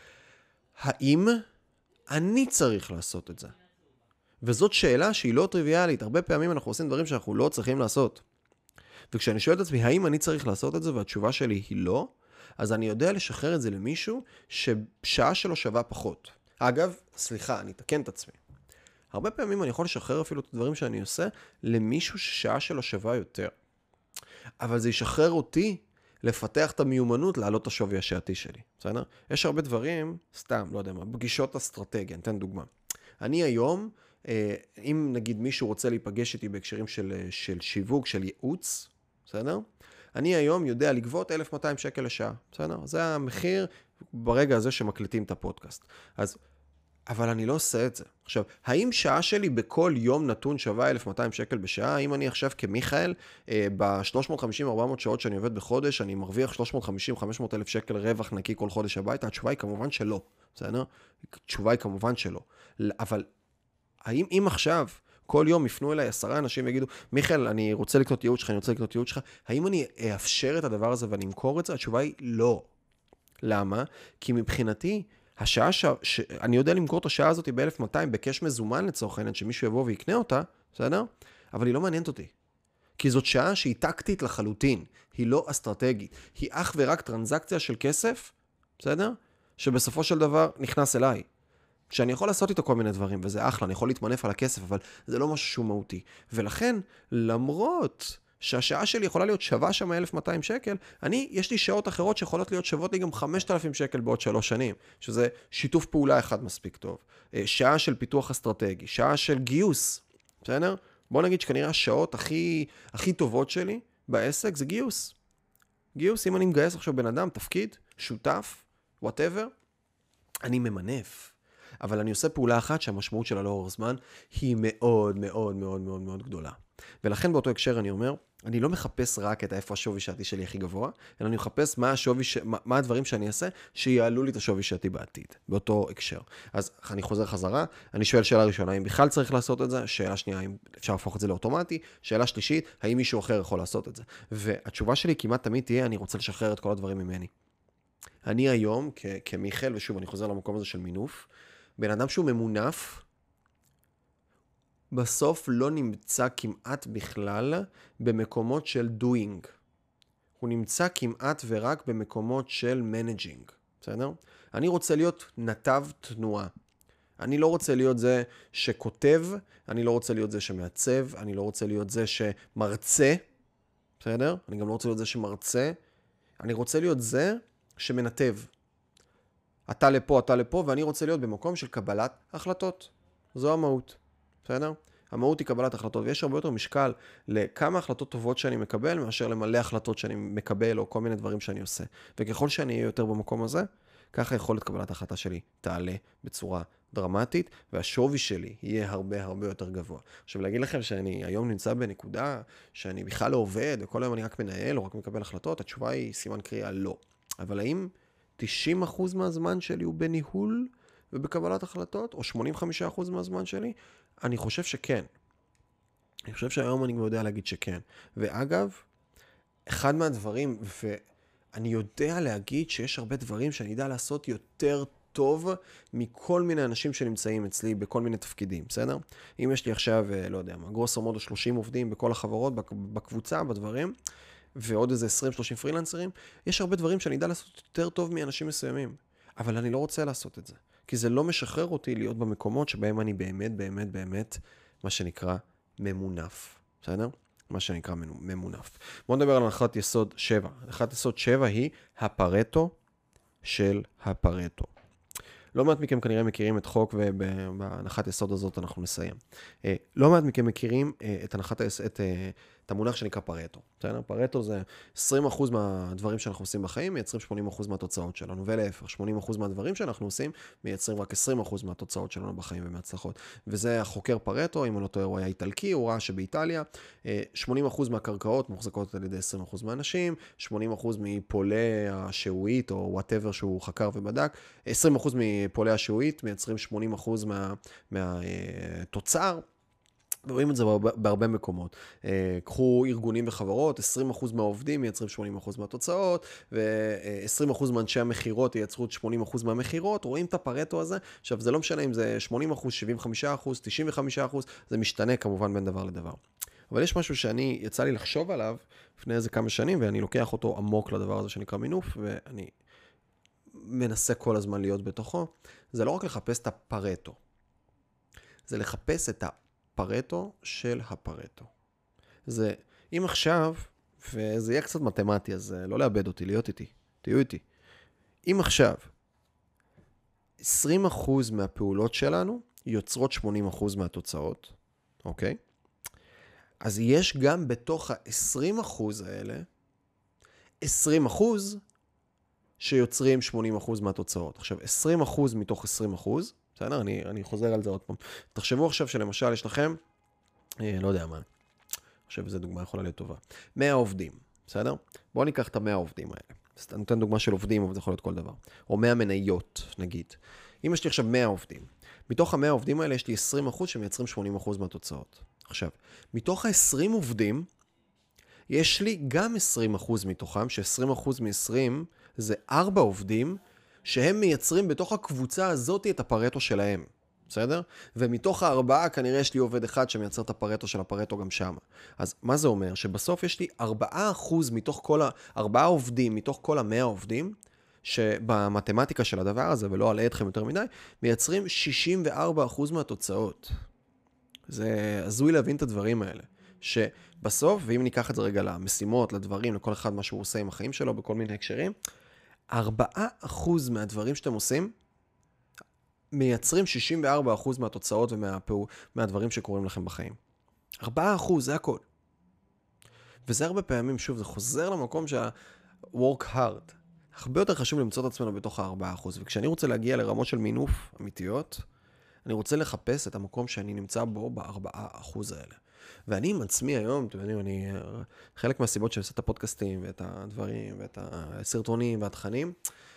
האם אני צריך לעשות את זה? וזאת שאלה שהיא לא טריוויאלית. הרבה פעמים אנחנו עושים דברים שאנחנו לא צריכים לעשות. וכשאני שואל את עצמי, האם אני צריך לעשות את זה, והתשובה שלי היא לא, אז אני יודע לשחרר את זה למישהו ששעה שלו שווה פחות. אגב, סליחה, אני אתקן את עצמי. הרבה פעמים אני יכול לשחרר אפילו את הדברים שאני עושה למישהו ששעה שלו שווה יותר. אבל זה ישחרר אותי לפתח את המיומנות לעלות את השווי השעתי שלי. בסדר? יש הרבה דברים, סתם, לא יודע מה, פגישות אסטרטגיה, נתן דוגמה. אני היום, אם נגיד מישהו רוצה להיפגש איתי בהקשרים של, של שיווק, של ייעוץ, בסדר? אני היום יודע לגבות אלף ומאתיים שקל לשעה, בסדר? זה המחיר ברגע הזה שמקליטים את הפודקאסט. אז, אבל אני לא עושה את זה. עכשיו, האם שעה שלי בכל יום נתון שווה אלף ומאתיים שקל בשעה? האם אני עכשיו כמיכאל, ב-שלוש מאות וחמישים עד ארבע מאות שעות שאני עובד בחודש, אני מרוויח שלוש מאות וחמישים עד חמש מאות אלף שקל רווח נקי כל חודש הביתה? התשובה היא כמובן שלא, בסדר? התשובה היא כמובן שלא. אבל האם אם עכשיו כל יום יפנו אליי עשרה אנשים ויגידו, מיכאל, אני רוצה לקנות ייעוץ שלך, אני רוצה לקנות ייעוץ שלך, האם אני אאפשר את הדבר הזה ואני אמכור את זה? התשובה היא לא. למה? כי מבחינתי, השעה ש... ש... אני יודע למכור את השעה הזאת ב-אלף ומאתיים בקש מזומן לצורך העניין, שמישהו יבוא ויקנה אותה, בסדר? אבל היא לא מעניינת אותי. כי זאת שעה שהיא טקטית לחלוטין, היא לא אסטרטגית, היא אך ורק טרנזקציה של כסף, בסדר? שבסופו של דבר נכנס אליי. שאני יכול לעשות איתו כל מיני דברים, וזה אחלה, אני יכול להתמנף על הכסף, אבל זה לא משהו שהוא מהותי. ולכן, למרות שהשעה שלי יכולה להיות שווה שם אלף ומאתיים שקל, אני, יש לי שעות אחרות שיכולות להיות שוות לי גם חמשת אלפים שקל בעוד שלוש שנים, שזה שיתוף פעולה אחד מספיק טוב. שעה של פיתוח אסטרטגי, שעה של גיוס, בסדר? בוא נגיד שכנראה השעות הכי, הכי טובות שלי בעסק זה גיוס. גיוס, אם אני מגייס עכשיו בן אדם, תפקיד, שותף, whatever, אני ממנף. אבל אני עושה פעולה אחת שהמשמעות שלה לאורך זמן היא מאוד מאוד מאוד מאוד מאוד גדולה. ולכן באותו הקשר אני אומר, אני לא מחפש רק את איפה השווי שעתי שלי הכי גבוה, אלא אני מחפש מה השווי, ש... מה הדברים שאני אעשה שיעלו לי את השווי שעתי בעתיד, באותו הקשר. אז אני חוזר חזרה, אני שואל שאלה ראשונה, האם בכלל צריך לעשות את זה? שאלה שנייה, האם אפשר להפוך את זה לאוטומטי? שאלה שלישית, האם מישהו אחר יכול לעשות את זה? והתשובה שלי כמעט תמיד תהיה, אני רוצה לשחרר את כל הדברים ממני. אני היום, כ- כמיכאל, ושוב, אני חוזר למקום הזה של מינוף, בן אדם שהוא ממונף, בסוף לא נמצא כמעט בכלל במקומות של doing. הוא נמצא כמעט ורק במקומות של managing, בסדר? אני רוצה להיות נתב תנועה. אני לא רוצה להיות זה שכותב, אני לא רוצה להיות זה שמעצב, אני לא רוצה להיות זה שמרצה, בסדר? אני גם לא רוצה להיות זה שמרצה, אני רוצה להיות זה שמנתב. אתה לפה, אתה לפה, ואני רוצה להיות במקום של קבלת החלטות. זו המהות, בסדר? המהות היא קבלת החלטות, ויש הרבה יותר משקל לכמה החלטות טובות שאני מקבל, מאשר למלא החלטות שאני מקבל, או כל מיני דברים שאני עושה. וככל שאני אהיה יותר במקום הזה, ככה יכולת קבלת ההחלטה שלי תעלה בצורה דרמטית, והשווי שלי יהיה הרבה הרבה יותר גבוה. עכשיו, להגיד לכם שאני היום נמצא בנקודה, שאני בכלל לא עובד, וכל היום אני רק מנהל, או רק מקבל החלטות, התשובה היא סימן קריאה לא. אבל האם תשעים אחוז מהזמן שלי הוא בניהול ובקבלת החלטות, או שמונים וחמישה אחוז מהזמן שלי? אני חושב שכן. אני חושב שהיום אני יודע להגיד שכן. ואגב, אחד מהדברים, ואני יודע להגיד שיש הרבה דברים שאני יודע לעשות יותר טוב מכל מיני אנשים שנמצאים אצלי בכל מיני תפקידים, בסדר? אם יש לי עכשיו, לא יודע, גרוסו מודו שלושים עובדים בכל החברות, בקבוצה, בדברים, ועוד איזה עשרים שלושים פרילנסרים, יש הרבה דברים שאני יודע לעשות יותר טוב מאנשים מסוימים. אבל אני לא רוצה לעשות את זה. כי זה לא משחרר אותי להיות במקומות שבהם אני באמת, באמת, באמת, מה שנקרא ממונף. בסדר? מה שנקרא ממונף. בואו נדבר על הנחת יסוד שבע. הנחת יסוד שבע היא הפרטו של הפרטו. לא מעט מכם כנראה מכירים את חוק, ובהנחת יסוד הזאת אנחנו נסיים. לא מעט מכם מכירים את הנחת, את את המונח שנקרא פרטו. בסדר? פרטו זה עשרים אחוז מהדברים שאנחנו עושים בחיים, מייצרים שמונים אחוז מהתוצאות שלנו, ולהפך, שמונים אחוז מהדברים שאנחנו עושים, מייצרים רק עשרים אחוז מהתוצאות שלנו בחיים ומהצלחות. וזה החוקר פרטו, אם אני לא טועה, הוא היה איטלקי, הוא ראה שבאיטליה, שמונים אחוז מהקרקעות מוחזקות על ידי עשרים אחוז מהאנשים, שמונים אחוז מפולי השעועית, או whatever שהוא חקר ובדק, עשרים אחוז מפולי השעועית מייצרים שמונים אחוז מה, מהתוצר, ורואים את זה בהרבה, בהרבה מקומות. קחו ארגונים וחברות, עשרים אחוז מהעובדים מייצרים שמונים אחוז מהתוצאות, ו-עשרים אחוז מאנשי המחירות ייצרו שמונים אחוז מהמחירות, רואים את הפרטו הזה. עכשיו, זה לא משנה אם זה שמונים אחוז, שבעים וחמישה אחוז, תשעים וחמישה אחוז, זה משתנה כמובן בין דבר לדבר. אבל יש משהו שאני, יצא לי לחשוב עליו לפני איזה כמה שנים, ואני לוקח אותו עמוק לדבר הזה שנקרא מינוף, ואני מנסה כל הזמן להיות בתוכו. זה לא רק לחפש את הפרטו, זה לחפש את הפרטו של הפרטו. זה, אם עכשיו, וזה יהיה קצת מתמטי, אז לא לאבד אותי, להיות איתי, תהיו איתי. אם עכשיו, עשרים אחוז מהפעולות שלנו יוצרות שמונים אחוז מהתוצאות, אוקיי? אז יש גם בתוך ה-עשרים אחוז האלה, עשרים אחוז שיוצרים שמונים אחוז מהתוצאות. עכשיו, עשרים אחוז מתוך עשרים אחוז, בסדר? אני, אני חוזר על זה עוד פעם. תחשבו עכשיו שלמשל יש לכם, אה, לא יודע מה, אני חושב שזו דוגמה יכולה להיות טובה. מאה עובדים, בסדר? בואו ניקח את המאה עובדים האלה. אני נותן דוגמה של עובדים, אבל זה יכול להיות כל דבר. או מאה מניות, נגיד. אם יש לי עכשיו מאה עובדים, מתוך המאה עובדים האלה יש לי עשרים אחוז שמייצרים שמונים אחוז מהתוצאות. עכשיו, מתוך ה-עשרים עובדים, יש לי גם עשרים אחוז מתוכם, ש-עשרים אחוז מ-עשרים זה ארבע עובדים, שהם מייצרים בתוך הקבוצה הזאת את הפרטו שלהם. בסדר? ומתוך הארבעה כנראה יש לי עובד אחד שמייצר את הפרטו של הפרטו גם שם. אז מה זה אומר? שבסוף יש לי ארבעה אחוז מתוך כל ה... ארבעה עובדים מתוך כל המאה עובדים, שבמתמטיקה של הדבר הזה, ולא עלה אתכם יותר מדי, מייצרים שישים וארבעה אחוז מהתוצאות. זה הזוי להבין את הדברים האלה. שבסוף, ואם ניקח את זה רגע למשימות, לדברים, לכל אחד מה שהוא עושה עם החיים שלו, בכל מיני הקשרים, ארבעה אחוז מהדברים שאתם עושים, מייצרים שישים וארבעה אחוז מהתוצאות ומהדברים שקורים לכם בחיים. ארבעה אחוז, זה הכל. וזה הרבה פעמים, שוב, זה חוזר למקום שה-work hard. הרבה יותר חשוב למצוא את עצמנו בתוך ה-ארבעה אחוז. וכשאני רוצה להגיע לרמות של מינוף אמיתיות, אני רוצה לחפש את המקום שאני נמצא בו ב-ארבעה אחוז האלה. ואני עם עצמי היום, אתם יודעים, אני, חלק מהסיבות שאני עושה את הפודקאסטים ואת הדברים ואת הסרטונים והתכנים,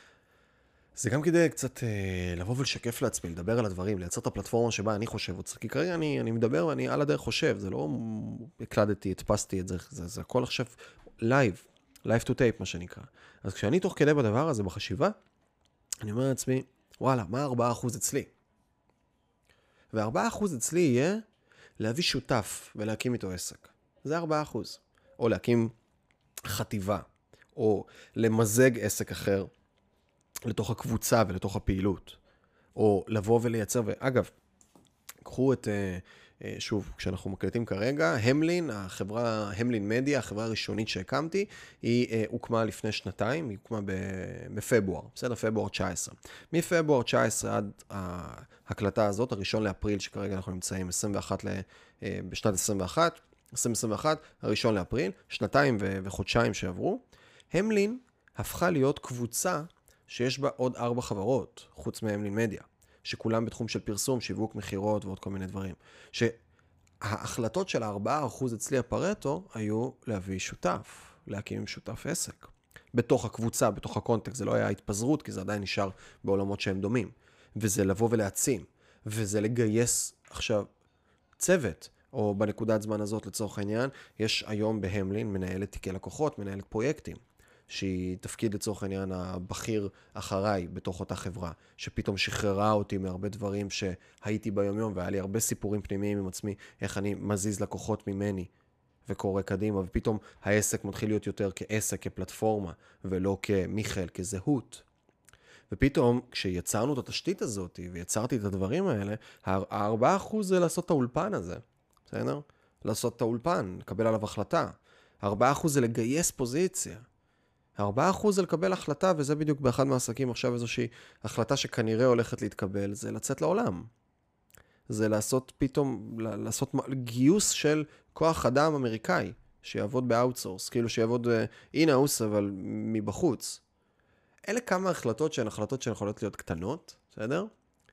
זה גם כדי קצת אה, לבוא ולשקף לעצמי, לדבר על הדברים, לייצר את הפלטפורמה שבה אני חושב, כי כרגע אני, אני מדבר ואני על הדרך חושב, זה לא הקלדתי, הדפסתי את זה, זה, זה הכל עכשיו לייב, לייב טו טייפ מה שנקרא. אז כשאני תוך כדי בדבר הזה בחשיבה, אני אומר לעצמי, וואלה, מה ארבעה אחוז אצלי? ו-ארבעה אחוז אצלי יהיה להביא שותף ולהקים איתו עסק. זה ארבעה אחוז. או להקים חטיבה, או למזג עסק אחר, לתוך הקבוצה ולתוך הפעילות, או לבוא ולייצר, ואגב, קחו את, שוב, כשאנחנו מקלטים כרגע, המלין, החברה, המלין מדיה, החברה הראשונית שהקמתי, היא הוקמה לפני שנתיים, היא הוקמה בפברואר, בסדר, פברואר תשע עשרה. מפברואר תשע עשרה עד ההקלטה הזאת, הראשון לאפריל, שכרגע אנחנו נמצאים עשרים ואחת בשנת עשרים ואחת, עשרים עשרים ואחת, הראשון לאפריל, שנתיים וחודשיים שעברו, המלין הפכה להיות קבוצה שיש בה עוד ארבע חברות, חוץ מהמלין מדיה, שכולם בתחום של פרסום, שיווק, מחירות ועוד כל מיני דברים. שההחלטות של ה-ארבעה אחוז אצלי הפרטו היו להביא שותף, להקים עם שותף עסק. בתוך הקבוצה, בתוך הקונטקסט, זה לא היה התפזרות, כי זה עדיין נשאר בעולמות שהם דומים. וזה לבוא ולהעצים, וזה לגייס עכשיו צוות, או בנקודת זמן הזאת לצורך העניין, יש היום בהמלין מנהלת תיקי לקוחות, מנהלת פרויקטים. שהיא תפקיד לצורך העניין הבכיר אחריי בתוך אותה חברה, שפתאום שחררה אותי מהרבה דברים שהייתי ביום יום, והיה לי הרבה סיפורים פנימיים עם עצמי, איך אני מזיז לקוחות ממני וקורא קדימה, ופתאום העסק מתחיל להיות יותר כעסק, כפלטפורמה, ולא כמיכל, כזהות. ופתאום כשיצרנו את התשתית הזאת, ויצרתי את הדברים האלה, ה-ארבעה אחוז זה לעשות את האולפן הזה, בסדר? לעשות את האולפן, לקבל עליו החלטה. ארבעה אחוז זה לגייס פוזיציה. ארבעה אחוז זה לקבל החלטה, וזה בדיוק באחד מהעסקים עכשיו איזושהי החלטה שכנראה הולכת להתקבל, זה לצאת לעולם. זה לעשות פתאום, לעשות גיוס של כוח אדם אמריקאי, שיעבוד באוטסורס, כאילו שיעבוד אין-האוס, אבל מבחוץ. אלה כמה החלטות שהן החלטות שהן יכולות להיות קטנות, בסדר?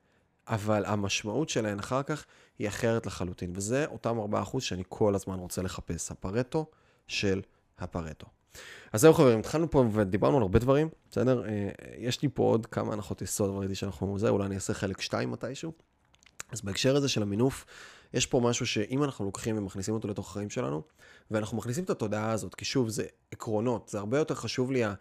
אבל המשמעות שלהן אחר כך היא אחרת לחלוטין, וזה אותם ארבעה אחוז שאני כל הזמן רוצה לחפש, הפרטו של הפרטו. אז זהו חברים, התחלנו פה ודיברנו על הרבה דברים, בסדר? יש לי פה עוד כמה הנחות יסוד, וראיתי שאנחנו זה, אולי אני אעשה חלק שתיים מתישהו. אז בהקשר הזה של המינוף, יש פה משהו שאם אנחנו לוקחים ומכניסים אותו לתוך החיים שלנו, ואנחנו מכניסים את התודעה הזאת, כי שוב, זה עקרונות, זה הרבה יותר חשוב לי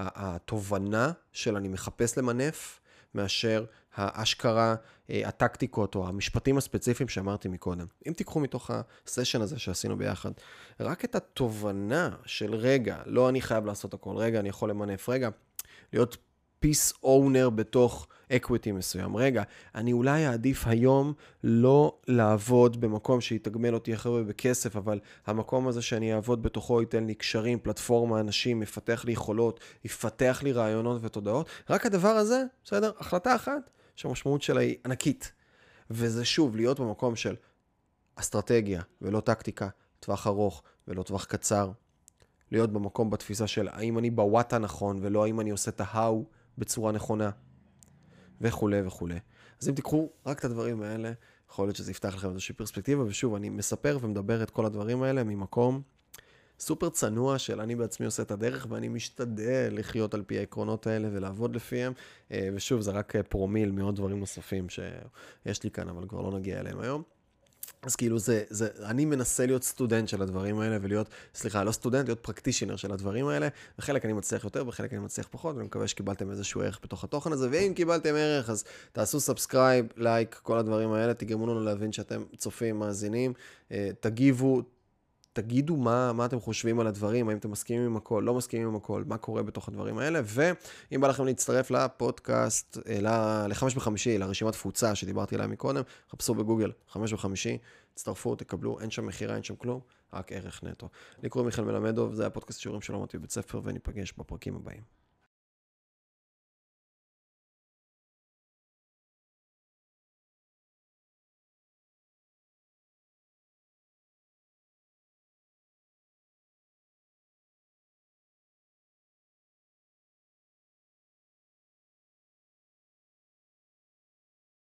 התובנה של אני מחפש למנף, מאשר האשכרה, הטקטיקות או המשפטים הספציפיים שאמרתי מקודם. אם תיקחו מתוך הסשן הזה שעשינו ביחד, רק את התובנה של רגע, לא אני חייב לעשות הכל, רגע, אני יכול למנף, רגע, להיות פיס אונר בתוך אקוויטי מסוים. רגע, אני אולי אעדיף היום לא לעבוד במקום שיתגמל אותי אחרי בכסף, אבל המקום הזה שאני אעבוד בתוכו ייתן לי קשרים, פלטפורמה, אנשים, יפתח לי יכולות, יפתח לי רעיונות ותודעות. רק הדבר הזה, בסדר? החלטה אחת שהמשמעות שלה היא ענקית. וזה שוב, להיות במקום של אסטרטגיה ולא טקטיקה, טווח ארוך ולא טווח קצר. להיות במקום בתפיסה של האם אני בוואט הנכון ולא האם אני עושה את ההאו בצורה נכונה. וכו' וכו'. אז אם תיקחו רק את הדברים האלה, יכול להיות שזה יפתח לכם איזושהי פרספקטיבה, ושוב, אני מספר ומדבר את כל הדברים האלה ממקום סופר צנוע של אני בעצמי עושה את הדרך, ואני משתדל לחיות על פי העקרונות האלה ולעבוד לפיהם, ושוב, זה רק פרומיל מעוד דברים נוספים שיש לי כאן, אבל כבר לא נגיע אליהם היום. אז כאילו זה, זה, אני מנסה להיות סטודנט של הדברים האלה, ולהיות, סליחה, לא סטודנט, להיות פרקטישנר של הדברים האלה, וחלק אני מצליח יותר, וחלק אני מצליח פחות, ואני מקווה שקיבלתם איזשהו ערך בתוך התוכן הזה, ואם קיבלתם ערך, אז תעשו סאבסקרייב, לייק, כל הדברים האלה, תגרמו לנו להבין שאתם צופים, מאזינים, תגיבו, תגידו מה, מה אתם חושבים על הדברים, האם אתם מסכימים עם הכל, לא מסכימים עם הכל, מה קורה בתוך הדברים האלה, ואם בא לכם להצטרף לפודקאסט, לחמש בחמישי, לרשימת תפוצה שדיברתי עליה מקודם, חפשו בגוגל חמש בחמישי, תצטרפו, תקבלו, אין שם מחירה, אין שם כלום, רק ערך נטו. לי קוראים מיכאל מלמדוב, זה הפודקאסט שיעורים של למדתי בבית ספר, וניפגש בפרקים הבאים.